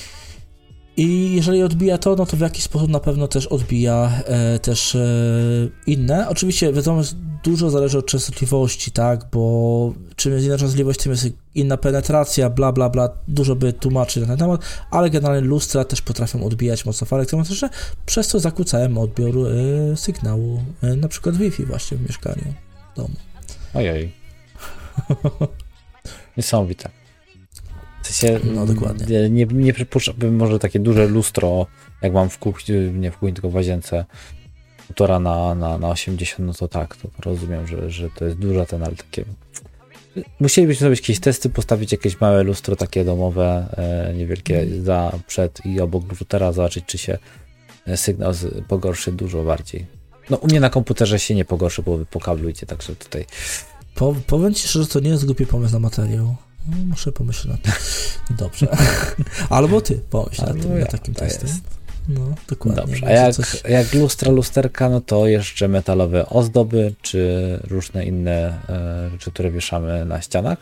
[SPEAKER 1] I jeżeli odbija to, no to w jakiś sposób na pewno też odbija e, też e, inne. Oczywiście wiadomo, dużo zależy od częstotliwości, tak, bo czym jest inna częstotliwość, tym jest inna penetracja, bla, bla, bla, dużo by tłumaczyć na ten temat, ale generalnie lustra też potrafią odbijać mocno fale elektromagnetyczne, przez co zakłócają odbiór e, sygnału, e, na przykład Wi-Fi właśnie w mieszkaniu, w domu.
[SPEAKER 2] Ojej. Niesamowite. W sensie,
[SPEAKER 1] no dokładnie.
[SPEAKER 2] Nie, nie, nie przypuszczałbym może takie duże lustro, jak mam w kuchni, nie w kuchni, tylko w łazience, półtora na, na, na osiemdziesiąt, no to tak, to rozumiem, że, że to jest duża ten, ale takie... Musielibyśmy zrobić jakieś testy, postawić jakieś małe lustro takie domowe, e, niewielkie za, przed i obok routera, zobaczyć, czy się sygnał z, pogorszy dużo bardziej. No u mnie na komputerze się nie pogorszy, bo po kablu idzie, także tutaj...
[SPEAKER 1] Po, powiem Ci, że to nie jest głupi pomysł na materiał. No, muszę pomyśleć na tym. Dobrze. Albo ty pomyśl na tym, ja, na takim testem. No, dokładnie.
[SPEAKER 2] Dobrze. A jak, coś... jak lustra, lusterka, no to jeszcze metalowe ozdoby, czy różne inne e, rzeczy, które wieszamy na ścianach.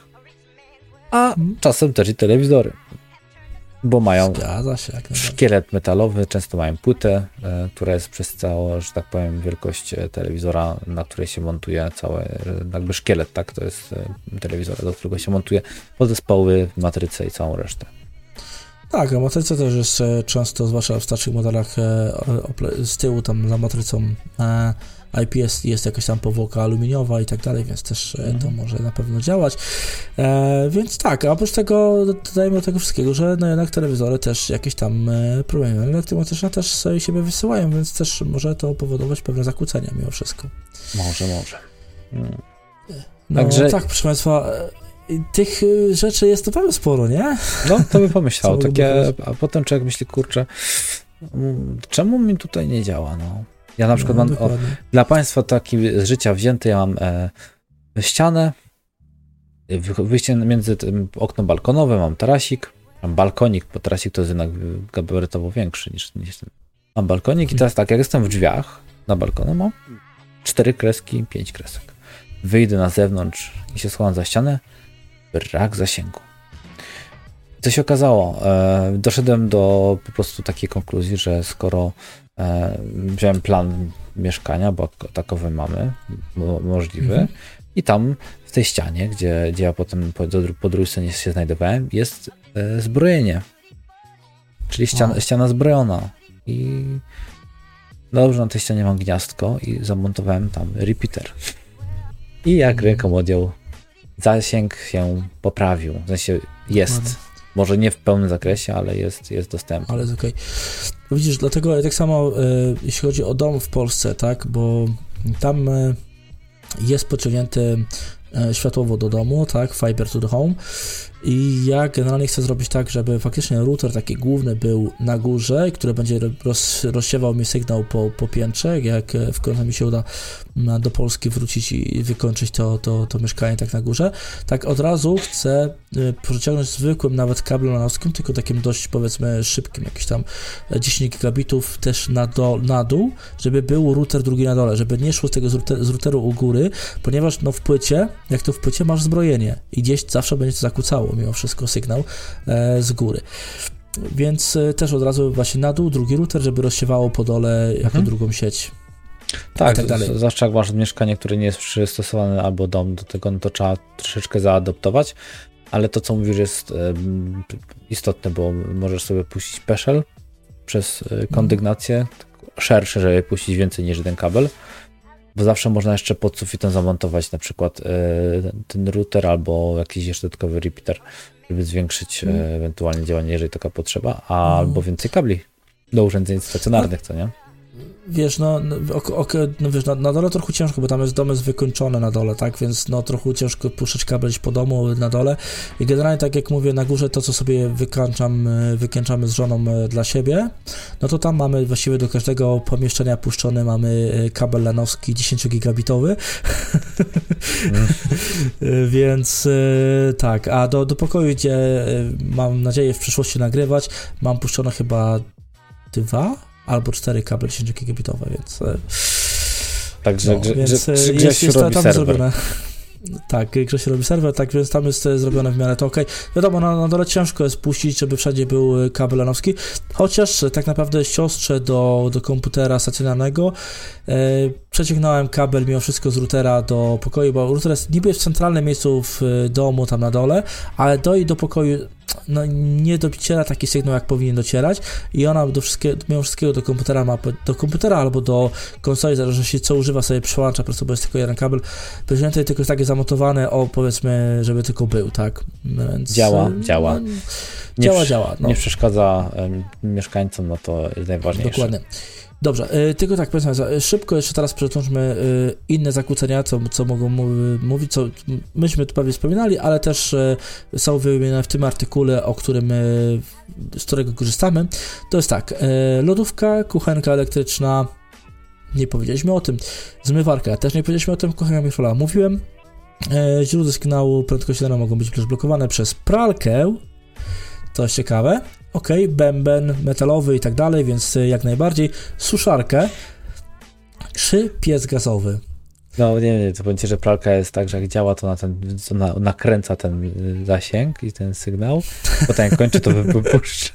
[SPEAKER 2] A hmm. czasem też i telewizory. Bo mają
[SPEAKER 1] się,
[SPEAKER 2] szkielet metalowy, często mają płytę, e, która jest przez całą, że tak powiem, wielkość telewizora, na której się montuje cały jakby szkielet, tak? To jest e, telewizora, do którego się montuje podzespoły, matrycę i całą resztę.
[SPEAKER 1] Tak, a matryca też jest często, zwłaszcza w starszych modelach, e, ople- z tyłu tam za matrycą e, I P S jest jakaś tam powłoka aluminiowa i tak dalej, więc też mm. to może na pewno działać. E, więc tak, a oprócz tego dodajmy do tego wszystkiego, że no jednak telewizory też jakieś tam e, problemy elektromagnetyczne też sobie siebie wysyłają, więc też może to powodować pewne zakłócenia mimo wszystko.
[SPEAKER 2] Może, może. Hmm.
[SPEAKER 1] No Także... tak, proszę Państwa, tych rzeczy jest naprawdę sporo, nie?
[SPEAKER 2] No, to bym pomyślał. Takie, a potem człowiek myśli, kurczę, czemu mi tutaj nie działa, no? Ja na przykład
[SPEAKER 1] No,
[SPEAKER 2] mam, o,
[SPEAKER 1] dokładnie.
[SPEAKER 2] dla Państwa taki z życia wzięty, ja mam e, ścianę, wy- wyjście między tym okno balkonowe, mam tarasik, mam balkonik, bo tarasik to jest jednak gabarytowo większy niż, niż ten. Mam balkonik i teraz tak, jak jestem w drzwiach na balkonie, mam cztery kreski, pięć kresek. Wyjdę na zewnątrz i się schowam za ścianę, brak zasięgu. Co się okazało? E, doszedłem do po prostu takiej konkluzji, że skoro e, wziąłem plan mieszkania, bo takowy mamy, mo, możliwy,
[SPEAKER 1] Mhm.
[SPEAKER 2] i tam w tej ścianie, gdzie, gdzie ja potem po, do, po drugiej stronie się znajdowałem, jest e, zbrojenie. Czyli ściana,
[SPEAKER 1] O.
[SPEAKER 2] ściana zbrojona. I dobrze, na tej ścianie mam gniazdko i zamontowałem tam repeater. I jak
[SPEAKER 1] Mhm.
[SPEAKER 2] ręką odjął, zasięg się poprawił. W sensie jest.
[SPEAKER 1] Ładnie.
[SPEAKER 2] Może nie w pełnym zakresie, ale jest, jest dostępny.
[SPEAKER 1] Ale jest okej. No widzisz, dlatego tak samo e, jeśli chodzi o dom w Polsce, tak, bo tam e, jest podciągnięty e, światłowo do domu, tak, fiber to the home i ja generalnie chcę zrobić tak, żeby faktycznie router taki główny był na górze, który będzie roz, rozsiewał mi sygnał po, po piętrze, jak e, w końcu mi się uda na, do Polski wrócić i wykończyć to, to, to mieszkanie tak na górze, tak od razu chcę y, przeciągnąć zwykłym nawet kablem lanowskim, tylko takim dość powiedzmy szybkim, jakieś tam dziesięć gigabitów też na, do, na dół, żeby był router drugi na dole, żeby nie szło z tego z, router, z routeru u góry, ponieważ no w płycie, jak to w płycie masz zbrojenie i gdzieś zawsze będzie to zakłócało mimo wszystko sygnał e, z góry. Więc e, też od razu właśnie na dół, drugi router, żeby rozsiewało po dole jako
[SPEAKER 2] Mhm.
[SPEAKER 1] drugą sieć.
[SPEAKER 2] Tak,
[SPEAKER 1] tak dalej.
[SPEAKER 2] z- zwłaszcza jak masz mieszkanie, które nie jest przystosowane albo dom do tego, no to trzeba troszeczkę zaadoptować, ale to, co mówisz, jest em, istotne, bo możesz sobie puścić peszel przez e, kondygnację, tak szersze, żeby puścić więcej niż jeden kabel, bo zawsze można jeszcze pod sufitem zamontować na przykład e, ten router albo jakiś jeszcze dodatkowy repeater, żeby zwiększyć e,
[SPEAKER 1] Mhm.
[SPEAKER 2] ewentualnie działanie, jeżeli taka potrzeba, a, albo więcej kabli do urządzeń stacjonarnych, co nie?
[SPEAKER 1] Wiesz, no, no, ok, ok, no wiesz, na, na dole trochę ciężko, bo tam jest dom jest wykończony na dole, tak, więc no trochę ciężko puszczać kabel po domu na dole i generalnie tak jak mówię, na górze to, co sobie wykańczam, e, wykańczamy z żoną e, dla siebie, no to tam mamy właściwie do każdego pomieszczenia puszczony mamy e, kabel lanowski dziesięciogigabitowy,
[SPEAKER 2] Mm.
[SPEAKER 1] E, więc e, tak, a do, do pokoju, gdzie e, mam nadzieję w przyszłości nagrywać, mam puszczone chyba dwa albo cztery kable dziesięciogigabitowe, więc e,
[SPEAKER 2] Także
[SPEAKER 1] no,
[SPEAKER 2] grze,
[SPEAKER 1] więc
[SPEAKER 2] grze,
[SPEAKER 1] e,
[SPEAKER 2] grze,
[SPEAKER 1] jest,
[SPEAKER 2] Grzesiu
[SPEAKER 1] jest
[SPEAKER 2] robi
[SPEAKER 1] tam
[SPEAKER 2] serwer.
[SPEAKER 1] zrobione. Tak, Grzesiu robi serwer, tak, więc tam jest e, zrobione w miarę to okej. Wiadomo, na, na dole ciężko jest puścić, żeby wszędzie był e, kabel lanowski, chociaż e, tak naprawdę siostrze do, do komputera stacjonarnego e, przeciągnąłem kabel mimo wszystko z routera do pokoju, bo router jest niby w centralnym miejscu w e, domu, tam na dole, ale do i do pokoju no, nie dociera taki sygnał, jak powinien docierać i ona do wszystkiego, mimo wszystkiego do komputera ma, do komputera albo do konsoli, w zależności co używa, sobie przełącza, po prostu bo jest tylko jeden kabel, wzięty tylko jest takie zamontowane, o powiedzmy, żeby tylko był, tak? No, więc,
[SPEAKER 2] Działa,
[SPEAKER 1] e,
[SPEAKER 2] działa.
[SPEAKER 1] No,
[SPEAKER 2] Nie
[SPEAKER 1] działa,
[SPEAKER 2] przy-
[SPEAKER 1] działa. No.
[SPEAKER 2] Nie przeszkadza em, mieszkańcom, no to jest najważniejsze.
[SPEAKER 1] Dokładnie. Dobrze, y, tylko tak powiem, y, szybko jeszcze teraz przetłumaczmy y, inne zakłócenia, co, co mogą mu- mówić, co myśmy tu prawie wspominali, ale też y, są wymienione w tym artykule, o którym, y, z którego korzystamy. To jest tak, y, lodówka, kuchenka elektryczna, nie powiedzieliśmy o tym, zmywarka, też nie powiedzieliśmy o tym, kuchenka mikrofalowa, mówiłem, y, źródła sygnału prędkości mogą być też blokowane przez pralkę, to jest ciekawe. Ok, bęben metalowy i tak dalej, więc jak najbardziej. Suszarkę czy piec gazowy?
[SPEAKER 2] No nie wiem, to będzie, że pralka jest tak, że jak działa, to, na ten, to na, nakręca ten y, zasięg i ten sygnał, potem jak kończy, to wy- wypuszcza.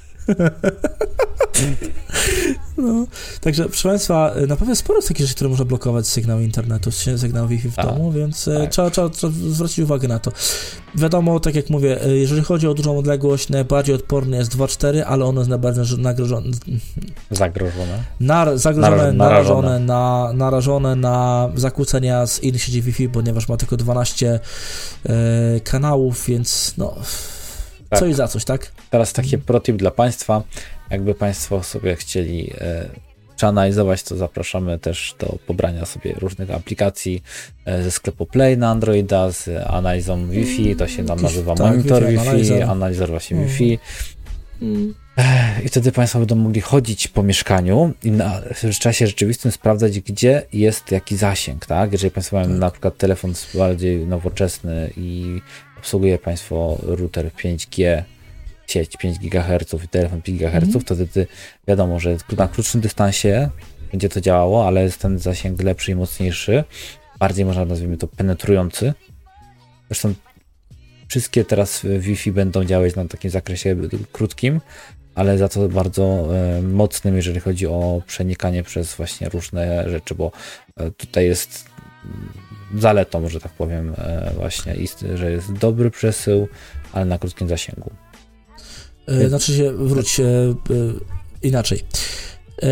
[SPEAKER 1] No, także proszę Państwa, naprawdę sporo jest takich rzeczy, które można blokować sygnał internetu, sygnał Wi-Fi w
[SPEAKER 2] A,
[SPEAKER 1] domu, więc
[SPEAKER 2] tak.
[SPEAKER 1] trzeba, trzeba, trzeba zwrócić uwagę na to. Wiadomo, tak jak mówię, jeżeli chodzi o dużą odległość, najbardziej odporny jest dwa przecinek cztery, ale ono jest najbardziej nagrożone,
[SPEAKER 2] Zagrożone.
[SPEAKER 1] nar, zagrożone,
[SPEAKER 2] Narażone.
[SPEAKER 1] narażone, na, narażone na zakłócenia z innych sieci Wi-Fi, ponieważ ma tylko dwanaście e, kanałów, więc no,
[SPEAKER 2] Tak.
[SPEAKER 1] co i za coś, tak?
[SPEAKER 2] Teraz taki protip dla Państwa. Jakby Państwo sobie chcieli e, przeanalizować, to zapraszamy też do pobrania sobie różnych aplikacji e, ze sklepu Play na Androida z analizą Wi-Fi. To się tam
[SPEAKER 1] Jakiś-
[SPEAKER 2] nazywa
[SPEAKER 1] tak,
[SPEAKER 2] monitor
[SPEAKER 1] Wi-Fi
[SPEAKER 2] Wi-Fi,
[SPEAKER 1] analizer.
[SPEAKER 2] analizer właśnie
[SPEAKER 1] Mm.
[SPEAKER 2] Wi-Fi.
[SPEAKER 1] Hmm.
[SPEAKER 2] I wtedy Państwo będą mogli chodzić po mieszkaniu i na, w czasie rzeczywistym sprawdzać, gdzie jest jaki zasięg, tak? Jeżeli Państwo mają tak. na przykład telefon bardziej nowoczesny i obsługuje Państwo router pięć G, sieć pięć gigaherców i telefon pięć gigaherców, mm. to wtedy wiadomo, że na krótszym dystansie będzie to działało, ale jest ten zasięg lepszy i mocniejszy, bardziej można nazwijmy to penetrujący. Zresztą wszystkie teraz Wi-Fi będą działać na takim zakresie krótkim, ale za to bardzo e, mocnym, jeżeli chodzi o przenikanie przez właśnie różne rzeczy, bo e, tutaj jest zaletą, że tak powiem, e, właśnie, ist, że jest dobry przesył, ale na krótkim zasięgu.
[SPEAKER 1] E, znaczy się, wróć e, e, inaczej. E,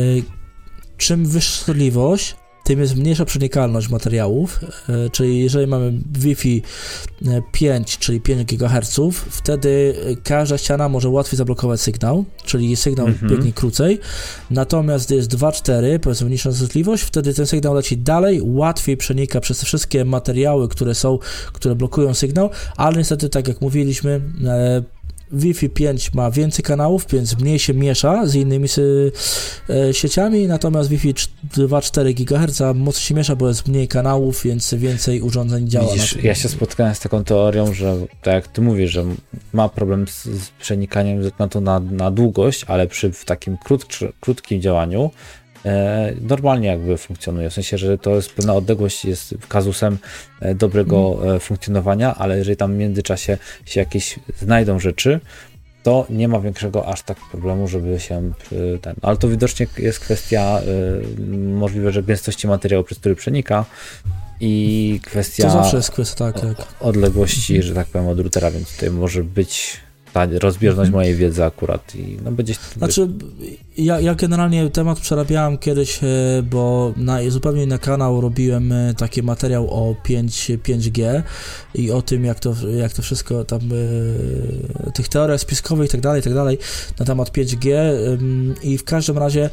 [SPEAKER 1] czym wyższa częstotliwość, tym jest mniejsza przenikalność materiałów, e, czyli jeżeli mamy Wi-Fi pięć, czyli pięć gigaherców, wtedy każda ściana może łatwiej zablokować sygnał, czyli sygnał mm-hmm. biegnie krócej, natomiast gdy jest dwa cztery, powiedzmy mniejsza częstotliwość, wtedy ten sygnał leci dalej, łatwiej przenika przez te wszystkie materiały, które są, które blokują sygnał, ale niestety, tak jak mówiliśmy, e, Wi-Fi pięć ma więcej kanałów, więc mniej się miesza z innymi sy, e, sieciami, natomiast Wi-Fi dwa cztery gigaherca mocno się miesza, bo jest mniej kanałów, więc więcej urządzeń działa.
[SPEAKER 2] Widzisz, ja się spotkałem z taką teorią, że tak jak ty mówisz, że ma problem z, z przenikaniem ze względu na, na długość, ale przy w takim krót, krótkim działaniu e, normalnie jakby funkcjonuje, w sensie, że to jest pewna odległość, jest kazusem e, dobrego mm. e, funkcjonowania, ale jeżeli tam w międzyczasie się jakieś znajdą rzeczy, to nie ma większego aż tak problemu, żeby się e, ten, ale to widocznie jest kwestia e, możliwe, że gęstości materiału, przez który przenika i kwestia
[SPEAKER 1] to zawsze jest kwestia, tak, tak.
[SPEAKER 2] odległości, mm. że tak powiem, od routera, więc tutaj może być ta rozbieżność mm. mojej wiedzy akurat i no będzie...
[SPEAKER 1] Znaczy, ja, ja generalnie temat przerabiałem kiedyś, bo na zupełnie na kanał robiłem taki materiał o pięć G i o tym, jak to, jak to wszystko tam, tych teoriach spiskowych i tak dalej, i tak dalej, na temat pięć G i w każdym razie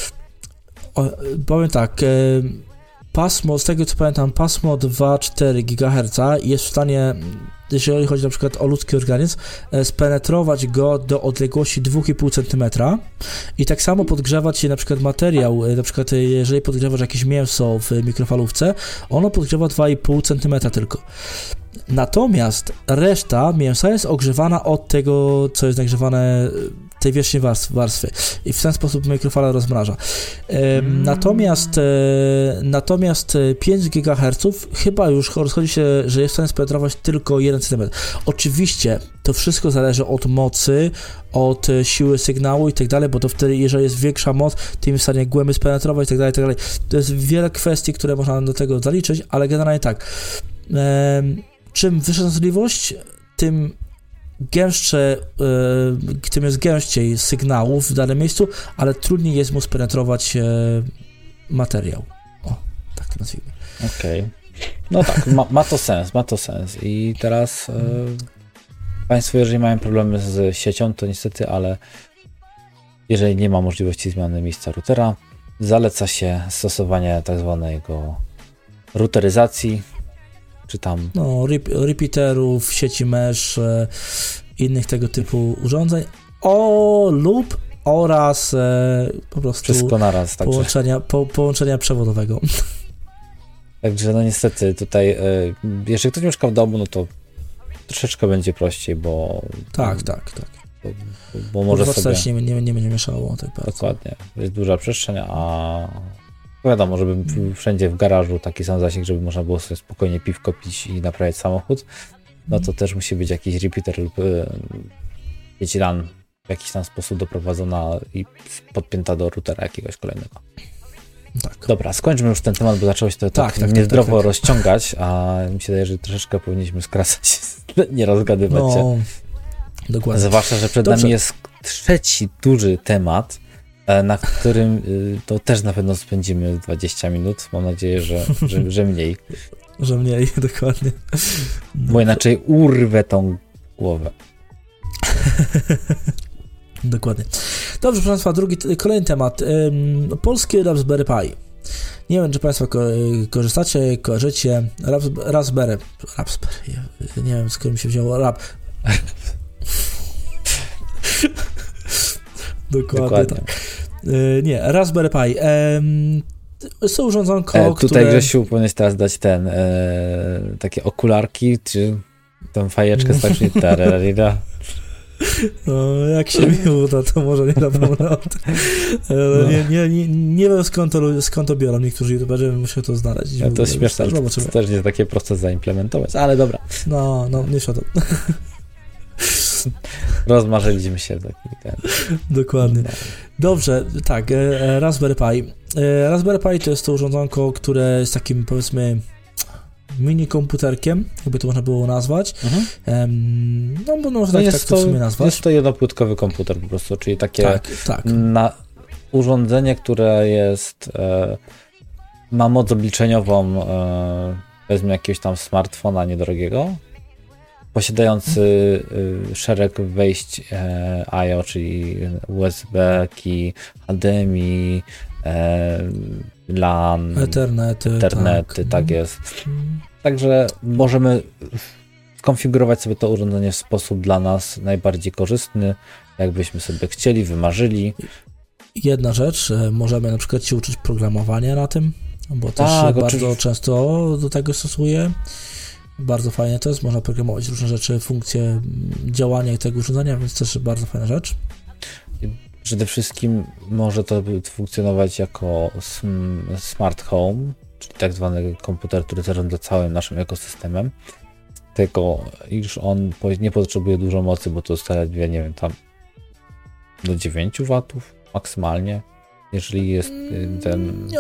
[SPEAKER 1] powiem tak, pasmo, z tego co pamiętam, pasmo dwa cztery gigaherca jest w stanie, jeżeli chodzi na przykład o ludzki organizm, spenetrować go do odległości dwa i pół centymetra i tak samo podgrzewać się na przykład materiał, na przykład jeżeli podgrzewasz jakieś mięso w mikrofalówce, ono podgrzewa dwa i pół centymetra tylko. Natomiast reszta mięsa jest ogrzewana od tego, co jest nagrzewane, tej wierzchniej warstwy i w ten sposób mikrofala rozmraża. E, mm. Natomiast e, natomiast pięć gigaherców chyba już rozchodzi się, że jest w stanie spenetrować tylko jeden centymetr. Oczywiście to wszystko zależy od mocy, od siły sygnału i tak dalej, bo to wtedy, jeżeli jest większa moc, tym jest w stanie głębiej spenetrować i tak dalej, i tak dalej. To jest wiele kwestii, które można do tego zaliczyć, ale generalnie tak. E, czym wyższa częstotliwość, tym gęstsze, yy, tym jest gęściej sygnałów w danym miejscu, ale trudniej jest mu spenetrować yy, materiał. O, tak to nazwijmy.
[SPEAKER 2] Okej. Okay. No tak, ma, ma to sens, ma to sens. I teraz yy, Państwo, jeżeli mają problemy z siecią, to niestety, ale jeżeli nie ma możliwości zmiany miejsca routera, zaleca się stosowanie tak zwanego routeryzacji, czy tam...
[SPEAKER 1] No, rep- repeaterów, sieci mesh, e, innych tego typu urządzeń, o lub oraz e, po prostu
[SPEAKER 2] wszystko naraz, także.
[SPEAKER 1] Połączenia, po, połączenia przewodowego.
[SPEAKER 2] Także no niestety tutaj, e, jeżeli ktoś mieszka w domu, no to troszeczkę będzie prościej, bo...
[SPEAKER 1] Tak, tak, tak.
[SPEAKER 2] Bo, bo może
[SPEAKER 1] bo
[SPEAKER 2] sobie...
[SPEAKER 1] nie, nie, nie będzie mieszało tak bardzo.
[SPEAKER 2] Dokładnie, jest duża przestrzeń, a wiadomo, żeby wszędzie w garażu taki sam zasięg, żeby można było sobie spokojnie piwko pić i naprawiać samochód, no to też musi być jakiś repeater lub sieć LAN w jakiś tam sposób doprowadzona i podpięta do routera jakiegoś kolejnego.
[SPEAKER 1] Tak.
[SPEAKER 2] Dobra, skończmy już ten temat, bo zaczęło się to tak, tak, tak niezdrowo tak, tak, tak. rozciągać, a mi się wydaje, że troszeczkę powinniśmy skracać, nie rozgadywać
[SPEAKER 1] no,
[SPEAKER 2] się.
[SPEAKER 1] Dokładnie.
[SPEAKER 2] Zwłaszcza, że przed Dobrze. nami jest trzeci duży temat, na którym to też na pewno spędzimy dwadzieścia minut. Mam nadzieję, że, że, że mniej.
[SPEAKER 1] Że mniej, dokładnie.
[SPEAKER 2] Bo inaczej urwę tą głowę.
[SPEAKER 1] Dokładnie. Dobrze, proszę Państwa, drugi, kolejny temat. Polskie Raspberry Pi. Nie wiem, czy Państwo korzystacie, kojarzycie Raspberry. Raspberry. Nie wiem, skąd mi się wzięło rap. Dokładnie,
[SPEAKER 2] Dokładnie.
[SPEAKER 1] tak. Yy, nie, Raspberry Pi. Yy, jest to urządzonko,
[SPEAKER 2] e, Tutaj,
[SPEAKER 1] które...
[SPEAKER 2] Grzesiu, powinieneś teraz dać ten, e, takie okularki, czy tą fajeczkę z takim tararira.
[SPEAKER 1] No, jak się mi uda, to może nie zapomnę o tym. Ale
[SPEAKER 2] No.
[SPEAKER 1] nie, nie, nie, nie wiem skąd to, skąd to biorą niektórzy youtuberzy, muszę to znaleźć.
[SPEAKER 2] No, to śmieszne, ale to, to też nie jest takie proste zaimplementować, ale dobra.
[SPEAKER 1] No, no, nie o to.
[SPEAKER 2] Rozmarzyliśmy się. Taki, ten.
[SPEAKER 1] Dokładnie.
[SPEAKER 2] No.
[SPEAKER 1] Dobrze, tak, e, Raspberry Pi. E, Raspberry Pi to jest to urządzonko, które jest takim, powiedzmy, mini komputerkiem, jakby to można było nazwać. Mhm. Um, no, bo można
[SPEAKER 2] no
[SPEAKER 1] tak,
[SPEAKER 2] jest
[SPEAKER 1] tak to w sumie nazwać.
[SPEAKER 2] Jest to jednopłytkowy komputer po prostu, czyli takie
[SPEAKER 1] tak, tak.
[SPEAKER 2] Na, urządzenie, które jest e, ma moc obliczeniową e, powiedzmy jakiegoś tam smartfona niedrogiego, posiadający y, szereg wejść e, I O, czyli U S B, H D M I, e, LAN,
[SPEAKER 1] Ethernety,
[SPEAKER 2] Ethernety, tak, tak jest. Także możemy skonfigurować sobie to urządzenie w sposób dla nas najbardziej korzystny, jakbyśmy sobie chcieli, wymarzyli.
[SPEAKER 1] Jedna rzecz, możemy na przykład się uczyć programowania na tym, bo też
[SPEAKER 2] tak,
[SPEAKER 1] bardzo
[SPEAKER 2] oczywiście.
[SPEAKER 1] często do tego stosuję. Bardzo fajnie to jest, można programować różne rzeczy, funkcje działania tego urządzenia, więc też bardzo fajna rzecz.
[SPEAKER 2] Przede wszystkim może to funkcjonować jako smart home, czyli tak zwany komputer, który zarządza całym naszym ekosystemem. Tylko iż on nie potrzebuje dużo mocy, bo to jest zaledwie, nie wiem, tam do dziewięć watów maksymalnie, jeżeli jest ten...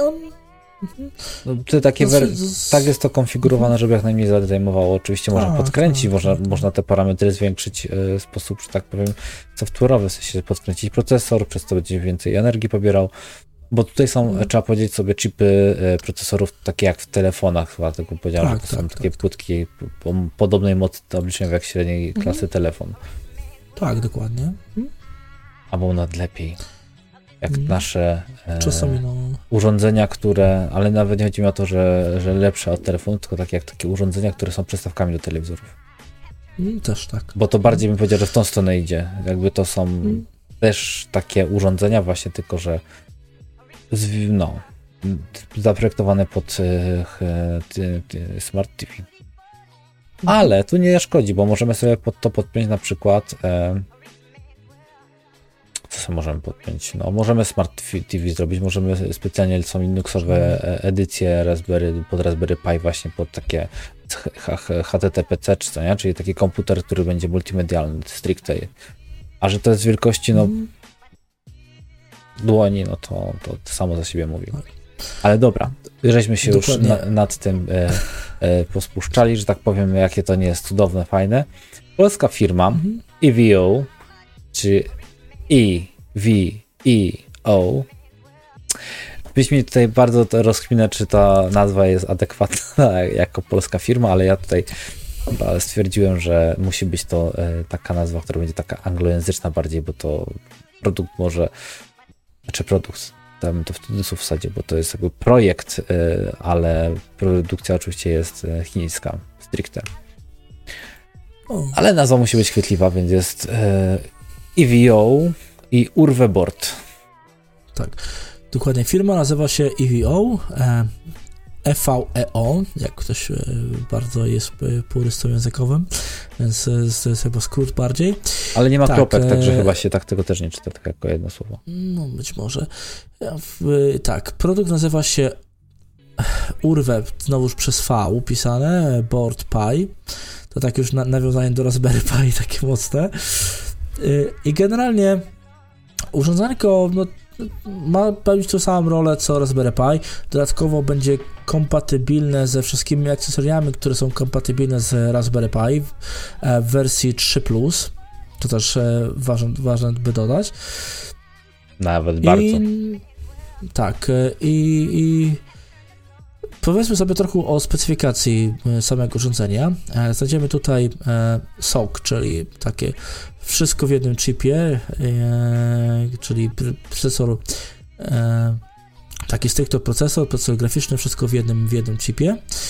[SPEAKER 2] No, to takie wer... tak jest to konfigurowane, żeby jak najmniej zajmowało. Oczywiście można
[SPEAKER 1] tak,
[SPEAKER 2] podkręcić,
[SPEAKER 1] tak,
[SPEAKER 2] można,
[SPEAKER 1] tak. można
[SPEAKER 2] te parametry zwiększyć w sposób, że tak powiem, software'owy, w sensie podkręcić procesor, przez to będzie więcej energii pobierał, bo tutaj są, hmm. trzeba powiedzieć sobie, chipy procesorów takie jak w telefonach, chyba tylko powiedziałem, tak, że to tak, są takie tak. płytki po podobnej mocy obliczeniowej jak średniej klasy hmm. telefon.
[SPEAKER 1] Tak, dokładnie. Hmm.
[SPEAKER 2] Albo nawet lepiej. Jak hmm. nasze e,
[SPEAKER 1] Czasami, no.
[SPEAKER 2] urządzenia, które, ale nawet nie chodzi mi o to, że, że lepsze od telefonu, tylko takie jak takie urządzenia, które są przystawkami do telewizorów.
[SPEAKER 1] Hmm, też tak.
[SPEAKER 2] Bo to bardziej bym powiedział, że w tą stronę idzie. Jakby to są hmm. też takie urządzenia właśnie, tylko że z, no, zaprojektowane pod e, ty, ty, Smart T V. Hmm. Ale tu nie szkodzi, bo możemy sobie pod to podpiąć na przykład e, co sobie możemy podpiąć? No, możemy Smart T V zrobić, możemy specjalnie, są Linuxowe edycje Raspberry, pod Raspberry Pi właśnie pod takie H T T P C, czy co nie? Czyli taki komputer, który będzie multimedialny, stricte. A że to jest wielkości, no dłoni, no to, to samo za siebie mówi. Ale dobra, żeśmy się Dokładnie. już na, nad tym e, e, pospuszczali, że tak powiem, jakie to nie jest cudowne, fajne. Polska firma mhm. E V O, czy E V E O. Byś mi tutaj bardzo rozkminę, czy ta nazwa jest adekwatna jako polska firma, ale ja tutaj stwierdziłem, że musi być to taka nazwa, która będzie taka anglojęzyczna bardziej, bo to produkt może, znaczy produkt, damy to w cudzysłów wsadzie, bo to jest jakby projekt, ale produkcja oczywiście jest chińska, stricte. Ale nazwa musi być chwytliwa, więc jest E V O i Urweboard.
[SPEAKER 1] Tak, dokładnie. Firma nazywa się E V O, E V E O, jak ktoś bardzo jest purystą językowym, więc to jest chyba skrót bardziej.
[SPEAKER 2] Ale nie ma tak, kropek, także chyba się tak tego też nie czyta, tak jako jedno słowo.
[SPEAKER 1] No być może. Tak, produkt nazywa się Urwe, znowuż przez V upisane, Board Pi. To tak już na, nawiązanie do Raspberry Pi, takie mocne. I generalnie urządzonko no, ma pełnić tą samą rolę co Raspberry Pi. Dodatkowo będzie kompatybilne ze wszystkimi akcesoriami, które są kompatybilne z Raspberry Pi w wersji trzy plus. To też ważne, ważne by dodać.
[SPEAKER 2] Nawet bardzo.
[SPEAKER 1] I, tak. I, i powiedzmy sobie trochę o specyfikacji samego urządzenia. Znajdziemy tutaj S O C, czyli takie wszystko w jednym chipie, czyli procesor, taki stricte procesor, procesor graficzny, wszystko w jednym, w jednym chipie.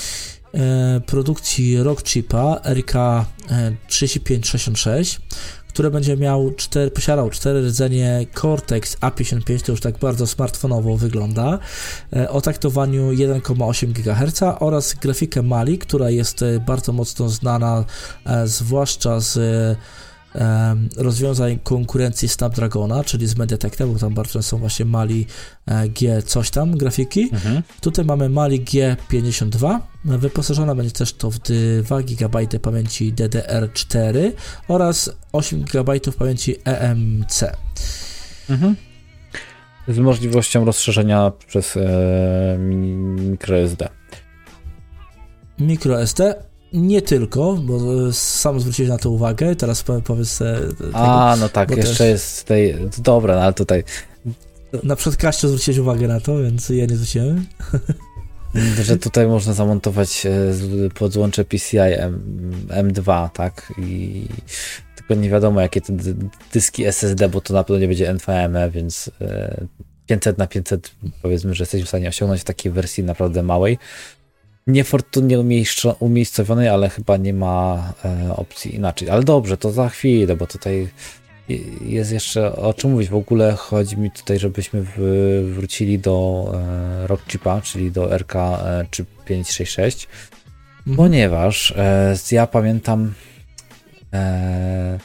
[SPEAKER 1] e, produkcji Rockchipa R K trzydzieści pięć sześćdziesiąt sześć, które będzie miał cztery, posiadał cztery rdzenie Cortex A pięćdziesiąt pięć, to już tak bardzo smartfonowo wygląda, e, o taktowaniu jeden przecinek osiem gigaherca oraz grafikę Mali, która jest e, bardzo mocno znana, e, zwłaszcza z e, rozwiązań konkurencji Snapdragona, czyli z Mediatekiem, bo tam bardzo są właśnie Mali e, G coś tam grafiki. Mhm. Tutaj mamy Mali G pięćdziesiąt dwa, wyposażona będzie też to w dwa gigabajty pamięci D D R cztery oraz osiem gigabajtów pamięci E M C.
[SPEAKER 2] Mhm. Z możliwością rozszerzenia przez e, microSD.
[SPEAKER 1] MicroSD? Nie tylko, bo sam zwróciłeś na to uwagę, teraz powiedz... Tego,
[SPEAKER 2] A, no tak, jeszcze też... jest tej... Dobra, no ale tutaj...
[SPEAKER 1] Na przedkaście zwróciłeś uwagę na to, więc ja nie zwróciłem.
[SPEAKER 2] Że tutaj można zamontować podzłącze P C I M dwa, tak? I tylko nie wiadomo, jakie te dyski S S D, bo to na pewno nie będzie N V M E, więc pięćset na pięćset powiedzmy, że jesteśmy w stanie osiągnąć w takiej wersji naprawdę małej. Niefortunnie umiejscowionej, ale chyba nie ma e, opcji inaczej. Ale dobrze, to za chwilę, bo tutaj jest jeszcze o czym mówić. W ogóle chodzi mi tutaj, żebyśmy w, wrócili do e, Rockchipa, czyli do R K pięćset sześćdziesiąt sześć, mhm. ponieważ e, ja pamiętam e,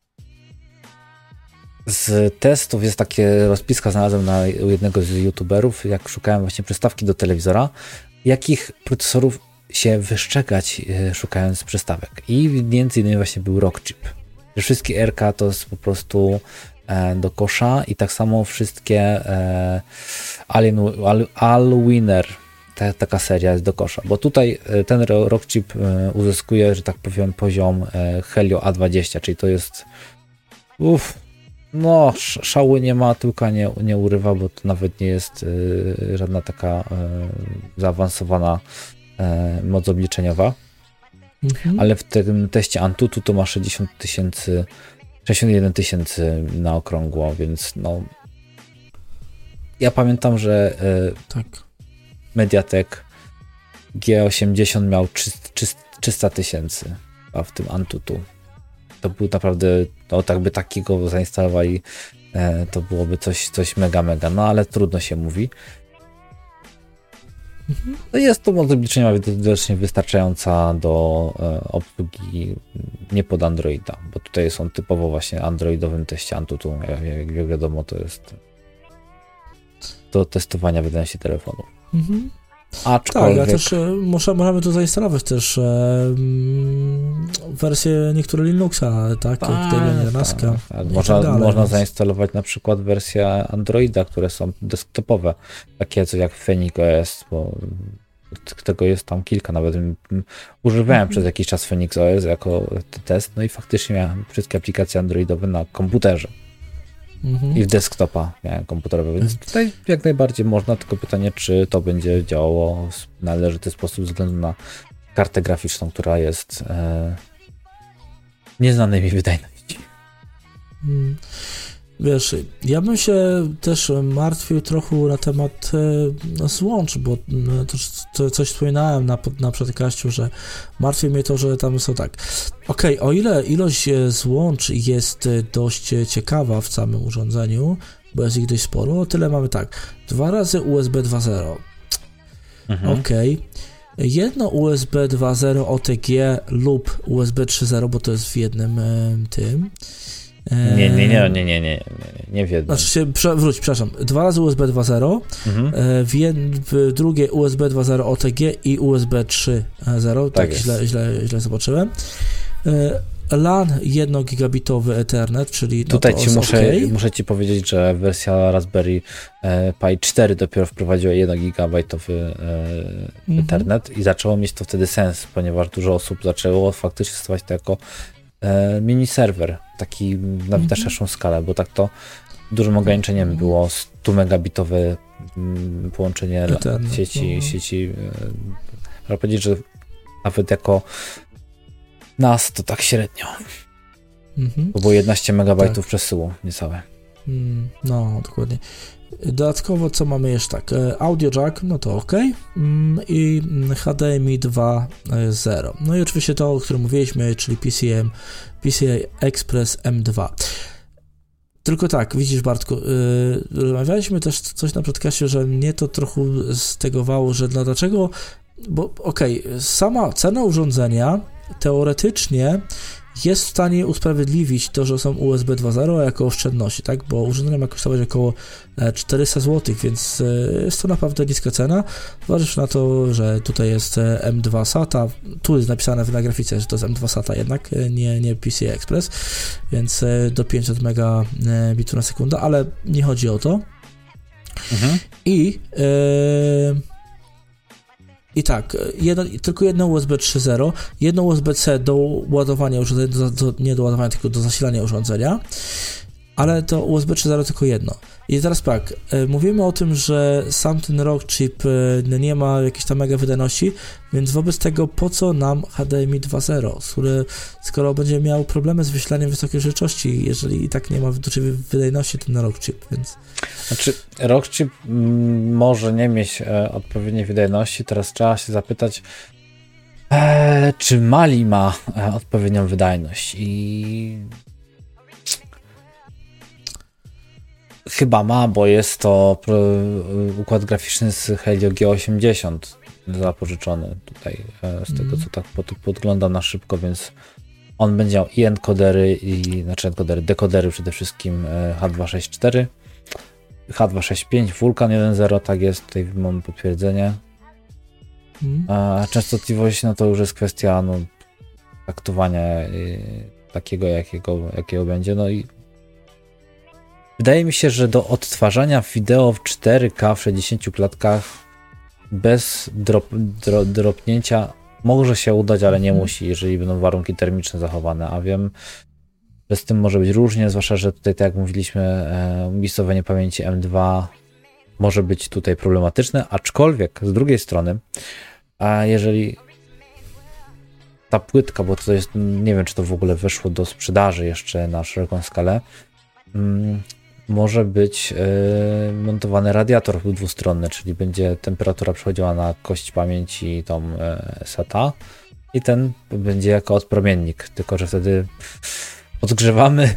[SPEAKER 2] z testów jest takie rozpiska, znalazłem na, u jednego z youtuberów, jak szukałem właśnie przystawki do telewizora, jakich procesorów się wyszczekać e, szukając przystawek. I między innymi właśnie był Rockchip. Wszystkie R K to jest po prostu e, do kosza i tak samo wszystkie e, Alien, Al, Alwinner, ta, taka seria jest do kosza. Bo tutaj e, ten Rockchip e, uzyskuje, że tak powiem, poziom e, Helio A dwadzieścia, czyli to jest uff, no szału nie ma, tyłka nie, nie urywa, bo to nawet nie jest e, żadna taka e, zaawansowana e, moc obliczeniowa. Mhm. Ale w tym teście Antutu to ma sześćdziesiąt tysięcy, sześćdziesiąt jeden tysięcy na okrągło, więc no ja pamiętam, że e, tak. Mediatek G osiemdziesiąt miał trzysta tysięcy, a w tym Antutu to był naprawdę, no tak by takiego zainstalowali, e, to byłoby coś, coś mega, mega, no ale trudno się mówi. Mhm. No jest to moc obliczeniowa widocznie wystarczająca do e, obsługi nie pod Androida, bo tutaj są typowo właśnie androidowym teście Antutu, jak, jak wiadomo, to jest do testowania wydajności telefonów. Mhm.
[SPEAKER 1] Aczkolwiek... Tak, a też muszę, możemy tu zainstalować też e, wersję niektóre Linuxa, tak? tak jak Debian, Naska.
[SPEAKER 2] Tak. Można, tak dalej, można więc... zainstalować na przykład wersję Androida, które są desktopowe, takie co jak Phoenix O S, bo tego jest tam kilka, nawet używałem mhm. przez jakiś czas Phoenix O S jako test, no i faktycznie miałem wszystkie aplikacje androidowe na komputerze. Mhm. I w desktopa miałem komputerowe, więc tutaj jak najbardziej można, tylko pytanie, czy to będzie działało w należyty sposób ze względu na kartę graficzną, która jest e, nieznanej mi wydajności.
[SPEAKER 1] Wiesz, ja bym się też martwił trochę na temat no, złącz, bo to, to coś wspominałem na, na podcaście, że martwi mnie to, że tam są tak. Okej, okay, o ile ilość złącz jest dość ciekawa w samym urządzeniu, bo jest ich dość sporo, o tyle mamy tak, dwa razy U S B dwa zero. Mhm. Okej. Okay. Jedno U S B dwa zero O T G lub U S B trzy zero, bo to jest w jednym tym.
[SPEAKER 2] Nie, nie, nie, nie, nie, nie, nie w jednym.
[SPEAKER 1] Znaczy się, prze, wróć, przepraszam, dwa razy U S B dwa zero, mhm. w, jed, w drugie U S B dwa zero O T G i U S B trzy zero, tak, tak źle, źle, źle zobaczyłem. LAN jeden gigabitowy Ethernet, czyli
[SPEAKER 2] tutaj
[SPEAKER 1] no
[SPEAKER 2] ci muszę, okay. muszę ci powiedzieć, że wersja Raspberry Pi cztery dopiero wprowadziła jeden gigabajtowy mhm. Ethernet i zaczęło mieć to wtedy sens, ponieważ dużo osób zaczęło faktycznie stosować to jako mini serwer, taki na mm-hmm. szerszą skalę, bo tak to dużym ograniczeniem mm-hmm. było sto megabitowe połączenie Ethernet, sieci, mm-hmm. sieci. Można powiedzieć, że nawet jako nas to tak średnio. Mm-hmm. To było jedenaście megabajtów tak. przesyłu niecałe.
[SPEAKER 1] Mm, no, dokładnie. Dodatkowo co mamy jeszcze tak, audio jack, no to ok, i H D M I dwa zero. No i oczywiście to, o którym mówiliśmy, czyli P C M, P C I Express M dwa. Tylko tak, widzisz Bartku, yy, rozmawialiśmy też coś na podcastie, że mnie to trochę stegowało, że no dlaczego, bo okej, okay, sama cena urządzenia teoretycznie jest w stanie usprawiedliwić to, że są U S B dwa zero jako oszczędności, tak, bo urządzenie ma kosztować około czterysta złotych, więc jest to naprawdę niska cena, zważywszy na to, że tutaj jest M dwa SATA, tu jest napisane na grafice, że to jest M dwa SATA jednak, nie, nie P C I Express, więc do pięćset megabitów na sekundę, ale nie chodzi o to. Mhm. I yy, I tak, jedno, tylko jedno U S B trzy zero, jedno U S B C do ładowania urządzenia, do, do, nie do ładowania, tylko do zasilania urządzenia, ale to U S B trzy zero tylko jedno. I teraz tak, mówimy o tym, że sam ten ROG chip no nie ma jakiejś tam mega wydajności, więc wobec tego po co nam H D M I dwa zero, który, skoro będzie miał problemy z wyświetlaniem wysokiej rozdzielczości, jeżeli i tak nie ma dużej wydajności ten ROG chip, więc...
[SPEAKER 2] Znaczy, ROG chip m, może nie mieć e, odpowiedniej wydajności, teraz trzeba się zapytać, e, czy Mali ma e, odpowiednią wydajność i... Chyba ma, bo jest to układ graficzny z Helio G osiemdziesiąt zapożyczony tutaj, z tego co tak pod, podglądam na szybko, więc on będzie miał i encodery, i znaczy encodery, dekodery przede wszystkim H dwieście sześćdziesiąt cztery, H dwieście sześćdziesiąt pięć, Vulkan jeden zero, tak jest, tutaj mamy potwierdzenie. A częstotliwość, no to już jest kwestia no, traktowania takiego, jakiego, jakiego będzie, no i wydaje mi się, że do odtwarzania wideo w cztery K w sześćdziesięciu klatkach bez drop, dro, dropnięcia może się udać, ale nie musi, jeżeli będą warunki termiczne zachowane, a wiem, że z tym może być różnie, zwłaszcza, że tutaj, tak jak mówiliśmy, e, umiejscowienie pamięci M dwa może być tutaj problematyczne, aczkolwiek z drugiej strony, a jeżeli ta płytka, bo to jest, nie wiem, czy to w ogóle wyszło do sprzedaży jeszcze na szeroką skalę, mm, może być y, montowany radiator dwustronny, czyli będzie temperatura przechodziła na kość pamięci tą y, SATA i ten będzie jako odpromiennik, tylko że wtedy podgrzewamy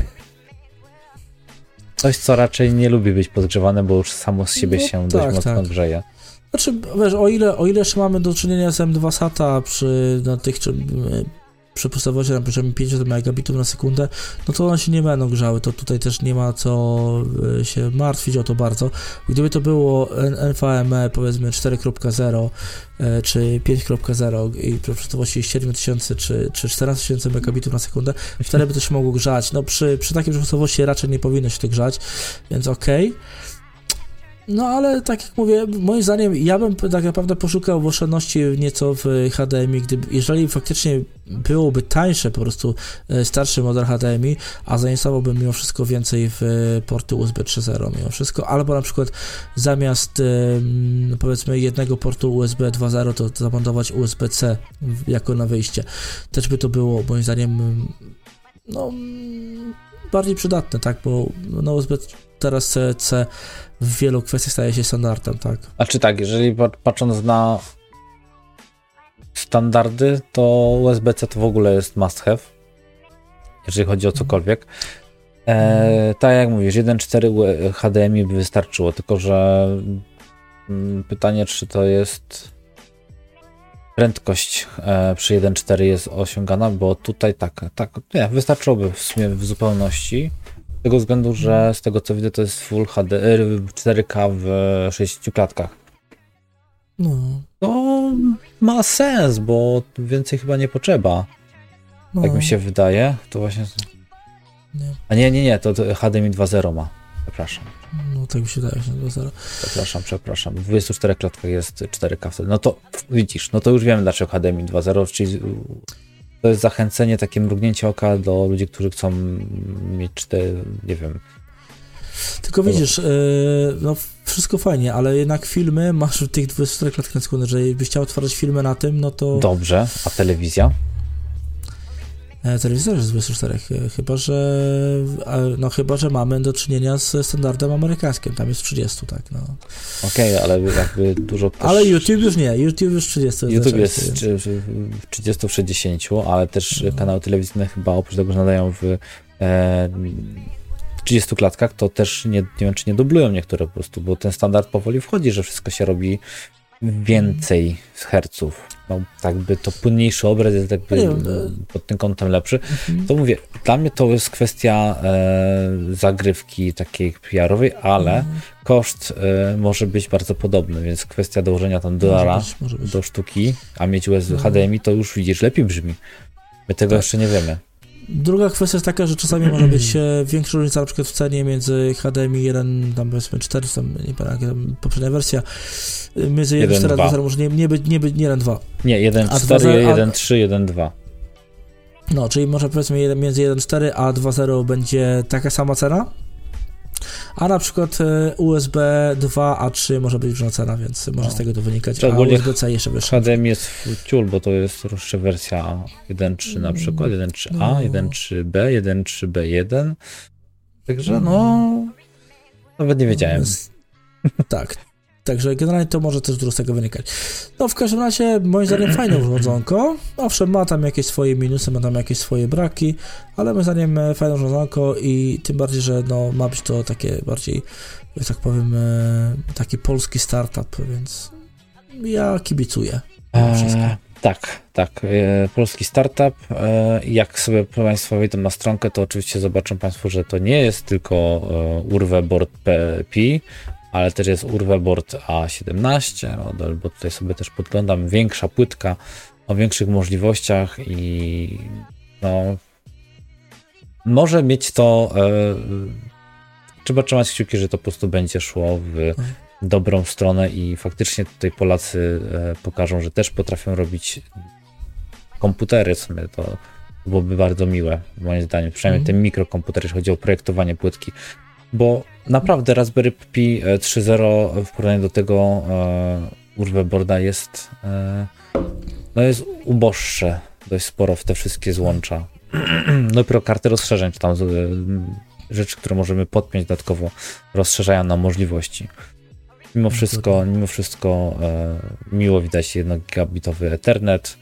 [SPEAKER 2] coś, co raczej nie lubi być podgrzewane, bo już samo z siebie no, się tak, dość mocno tak. grzeje.
[SPEAKER 1] Znaczy, wiesz, o ile, o ile jeszcze mamy do czynienia z M dwa SATA przy no, tych czy, przy podstawowości na poziomie pięćset megabitów na sekundę, no to one się nie będą grzały, to tutaj też nie ma co się martwić o to bardzo. Gdyby to było N V M e powiedzmy cztery kropka zero czy pięć kropka zero i przy podstawowości siedem tysięcy czy, czy czternaście tysięcy megabitów na sekundę, wtedy by to się mogło grzać. No przy, przy takiej podstawowości raczej nie powinno się to grzać, więc okej. Okay. No ale tak jak mówię, moim zdaniem ja bym tak naprawdę poszukał oszczędności nieco w H D M I, gdyby, jeżeli faktycznie byłoby tańsze po prostu starszy model H D M I, a zainstalowałbym mimo wszystko więcej w porty U S B trzy zero mimo wszystko, albo na przykład zamiast powiedzmy jednego portu U S B dwa zero to zamontować U S B C jako na wyjście. Też by to było moim zdaniem no bardziej przydatne, tak, bo no U S B teraz C C w wielu kwestiach staje się standardem, tak?
[SPEAKER 2] A czy tak, jeżeli patrząc na standardy, to U S B C to w ogóle jest must have, jeżeli chodzi o cokolwiek. E, tak jak mówisz, jeden przecinek cztery H D M I by wystarczyło, tylko że m, pytanie, czy to jest prędkość e, przy jeden przecinek cztery jest osiągana, bo tutaj tak, tak, nie, wystarczyłoby w sumie w zupełności. Z tego względu, że z tego co widzę to jest Full H D cztery K w sześćdziesięciu klatkach.
[SPEAKER 1] No.
[SPEAKER 2] To ma sens, bo więcej chyba nie potrzeba. No. Jak mi się wydaje, to właśnie... Nie. A nie, nie, nie, to, to H D M I dwa zero ma. Przepraszam.
[SPEAKER 1] No tak mi się wydaje, że dwa zero.
[SPEAKER 2] Przepraszam, przepraszam. W dwudziestu czterech klatkach jest cztery K wtedy. No to widzisz, no to już wiemy dlaczego H D M I dwa zero, czyli to jest zachęcenie, takie mrugnięcie oka do ludzi, którzy chcą mieć cztery, nie wiem.
[SPEAKER 1] Tylko widzisz, yy, no wszystko fajnie, ale jednak filmy masz w tych dwudziestu czterech klatkach na sekundę, że byś chciał otworzyć filmy na tym, no to...
[SPEAKER 2] Dobrze, a telewizja?
[SPEAKER 1] telewizorze z dwudziestu czterech, chyba że no chyba, że mamy do czynienia z standardem amerykańskim, tam jest trzydzieści, tak, no.
[SPEAKER 2] Okej, okay, ale jakby dużo... Też...
[SPEAKER 1] Ale YouTube już nie, YouTube już trzydzieści.
[SPEAKER 2] YouTube jest w trzydziestu sześćdziesięciu, ale też no. kanały telewizyjne chyba oprócz tego, że nadają w e, trzydziestu klatkach, to też nie, nie wiem, czy nie dublują niektóre po prostu, bo ten standard powoli wchodzi, że wszystko się robi więcej z herców. No, tak by to płynniejszy obraz jest jakby no pod tym kątem lepszy. Mhm. To mówię, dla mnie to jest kwestia e, zagrywki takiej P R-owej, ale mhm. koszt e, może być bardzo podobny, więc kwestia dołożenia tam dolara może być, może być. do sztuki, a mieć U S B no. H D M I to już widzisz, lepiej brzmi. My tego tak. jeszcze nie wiemy.
[SPEAKER 1] Druga kwestia jest taka, że czasami może być większa różnica na przykład w cenie między H D M I jeden, tam powiedzmy cztery, tam nie pamiętam, poprzednia wersja, między jeden cztery a dwa zero może nie, nie być nie, być, nie jeden dwa.
[SPEAKER 2] Nie, jeden cztery, jeden trzy, jeden dwa.
[SPEAKER 1] No, czyli może powiedzmy między jeden cztery a dwa zero będzie taka sama cena, a na przykład U S B dwa a trzy może być różna cena, więc może no. z tego to wynikać, a U S B C jeszcze wyższy.
[SPEAKER 2] H D M I jest w ciul, bo to jest jeszcze wersja jeden trzy na przykład, jeden trzy A, no. jeden trzy B, jeden trzy B jeden, także no nawet nie wiedziałem.
[SPEAKER 1] Jest, tak, także generalnie to może też dużo z tego wynikać. No w każdym razie moim zdaniem fajne urządzonko, owszem ma tam jakieś swoje minusy, ma tam jakieś swoje braki, ale moim zdaniem fajne urządzonko i tym bardziej, że no ma być to takie bardziej, że tak powiem, taki polski startup, więc ja kibicuję.
[SPEAKER 2] Eee, tak, tak, e, polski startup. E, jak sobie Państwo wejdą na stronkę, to oczywiście zobaczą Państwo, że to nie jest tylko e, Urwe Board P P, ale też jest Urwe Board A siedemnaście model, bo tutaj sobie też podglądam, większa płytka o większych możliwościach i no może mieć to e, trzeba trzymać kciuki, że to po prostu będzie szło w dobrą stronę i faktycznie tutaj Polacy e, pokażą, że też potrafią robić komputery, w sumie to byłoby bardzo miłe, moim zdaniem, przynajmniej mm. te mikrokomputery, jeśli chodzi o projektowanie płytki. Bo naprawdę Raspberry Pi trzy zero w porównaniu do tego e, Urwe Boarda jest e, no jest uboższe dość sporo w te wszystkie złącza. No dopiero karty rozszerzeń, czy tam e, rzeczy, które możemy podpiąć dodatkowo, rozszerzają nam możliwości. Mimo wszystko, mimo wszystko e, miło widać jednogigabitowy Ethernet.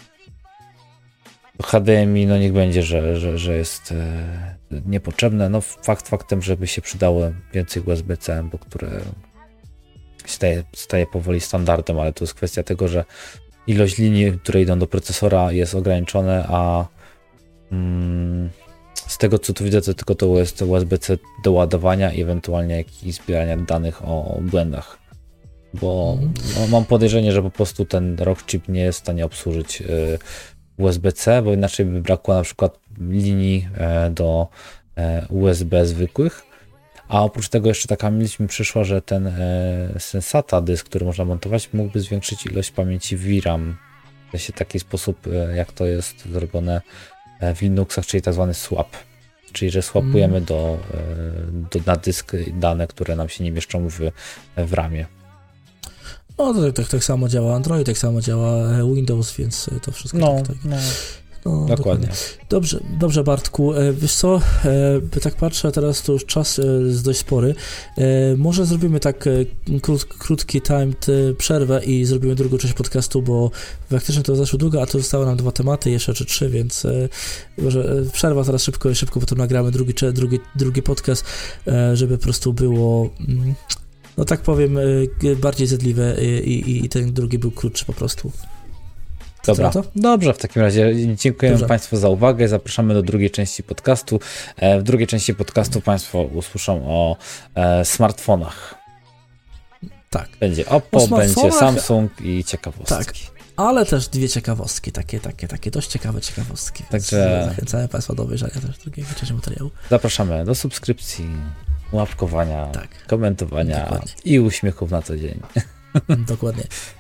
[SPEAKER 2] H D M I, no niech będzie, że, że, że jest e, niepotrzebne. No fakt faktem, żeby się przydało więcej U S B C, bo które staje, staje powoli standardem, ale to jest kwestia tego, że ilość linii, które idą do procesora jest ograniczone, a mm, z tego co tu widzę, to tylko to jest U S B C do ładowania i ewentualnie jakichś zbierania danych o błędach. Bo mm. no, mam podejrzenie, że po prostu ten Rockchip nie jest w stanie obsłużyć y, U S B C, bo inaczej by brakło na przykład linii e, do e, U S B zwykłych, a oprócz tego jeszcze taka myśl mi przyszła, że ten e, Sensata dysk, który można montować, mógłby zwiększyć ilość pamięci V RAM w taki sposób, e, jak to jest zrobione w Linuxach, czyli tak zwany swap, czyli że swapujemy mm. do, do, na dysk dane, które nam się nie mieszczą w, w ramie.
[SPEAKER 1] No to tak, tak samo działa Android, tak samo działa Windows, więc to wszystko
[SPEAKER 2] no,
[SPEAKER 1] tak, tak.
[SPEAKER 2] No.
[SPEAKER 1] No,
[SPEAKER 2] dokładnie. dokładnie.
[SPEAKER 1] Dobrze, dobrze Bartku, wiesz co, tak patrzę, teraz to już czas jest dość spory, może zrobimy tak krót, krótki timed przerwę i zrobimy drugą część podcastu, bo faktycznie to zaszło długo, a to zostały nam dwa tematy jeszcze, czy trzy, więc może przerwa teraz szybko i szybko potem nagramy drugi, drugi, drugi podcast, żeby po prostu było, no tak powiem, bardziej zjadliwe i, i, i ten drugi był krótszy po prostu.
[SPEAKER 2] Dobra, dobrze, w takim razie dziękujemy Dobrze. Państwu za uwagę, zapraszamy do drugiej części podcastu. W drugiej części podcastu Państwo usłyszą o e, smartfonach.
[SPEAKER 1] Tak.
[SPEAKER 2] Będzie Oppo, będzie Samsung i ciekawostki.
[SPEAKER 1] Tak, ale też dwie ciekawostki, takie, takie, takie dość ciekawe ciekawostki.
[SPEAKER 2] Także
[SPEAKER 1] zachęcamy Państwa do obejrzenia też drugiego części materiału.
[SPEAKER 2] Zapraszamy do subskrypcji, łapkowania, tak. komentowania Dokładnie. I uśmiechów na co dzień.
[SPEAKER 1] Dokładnie.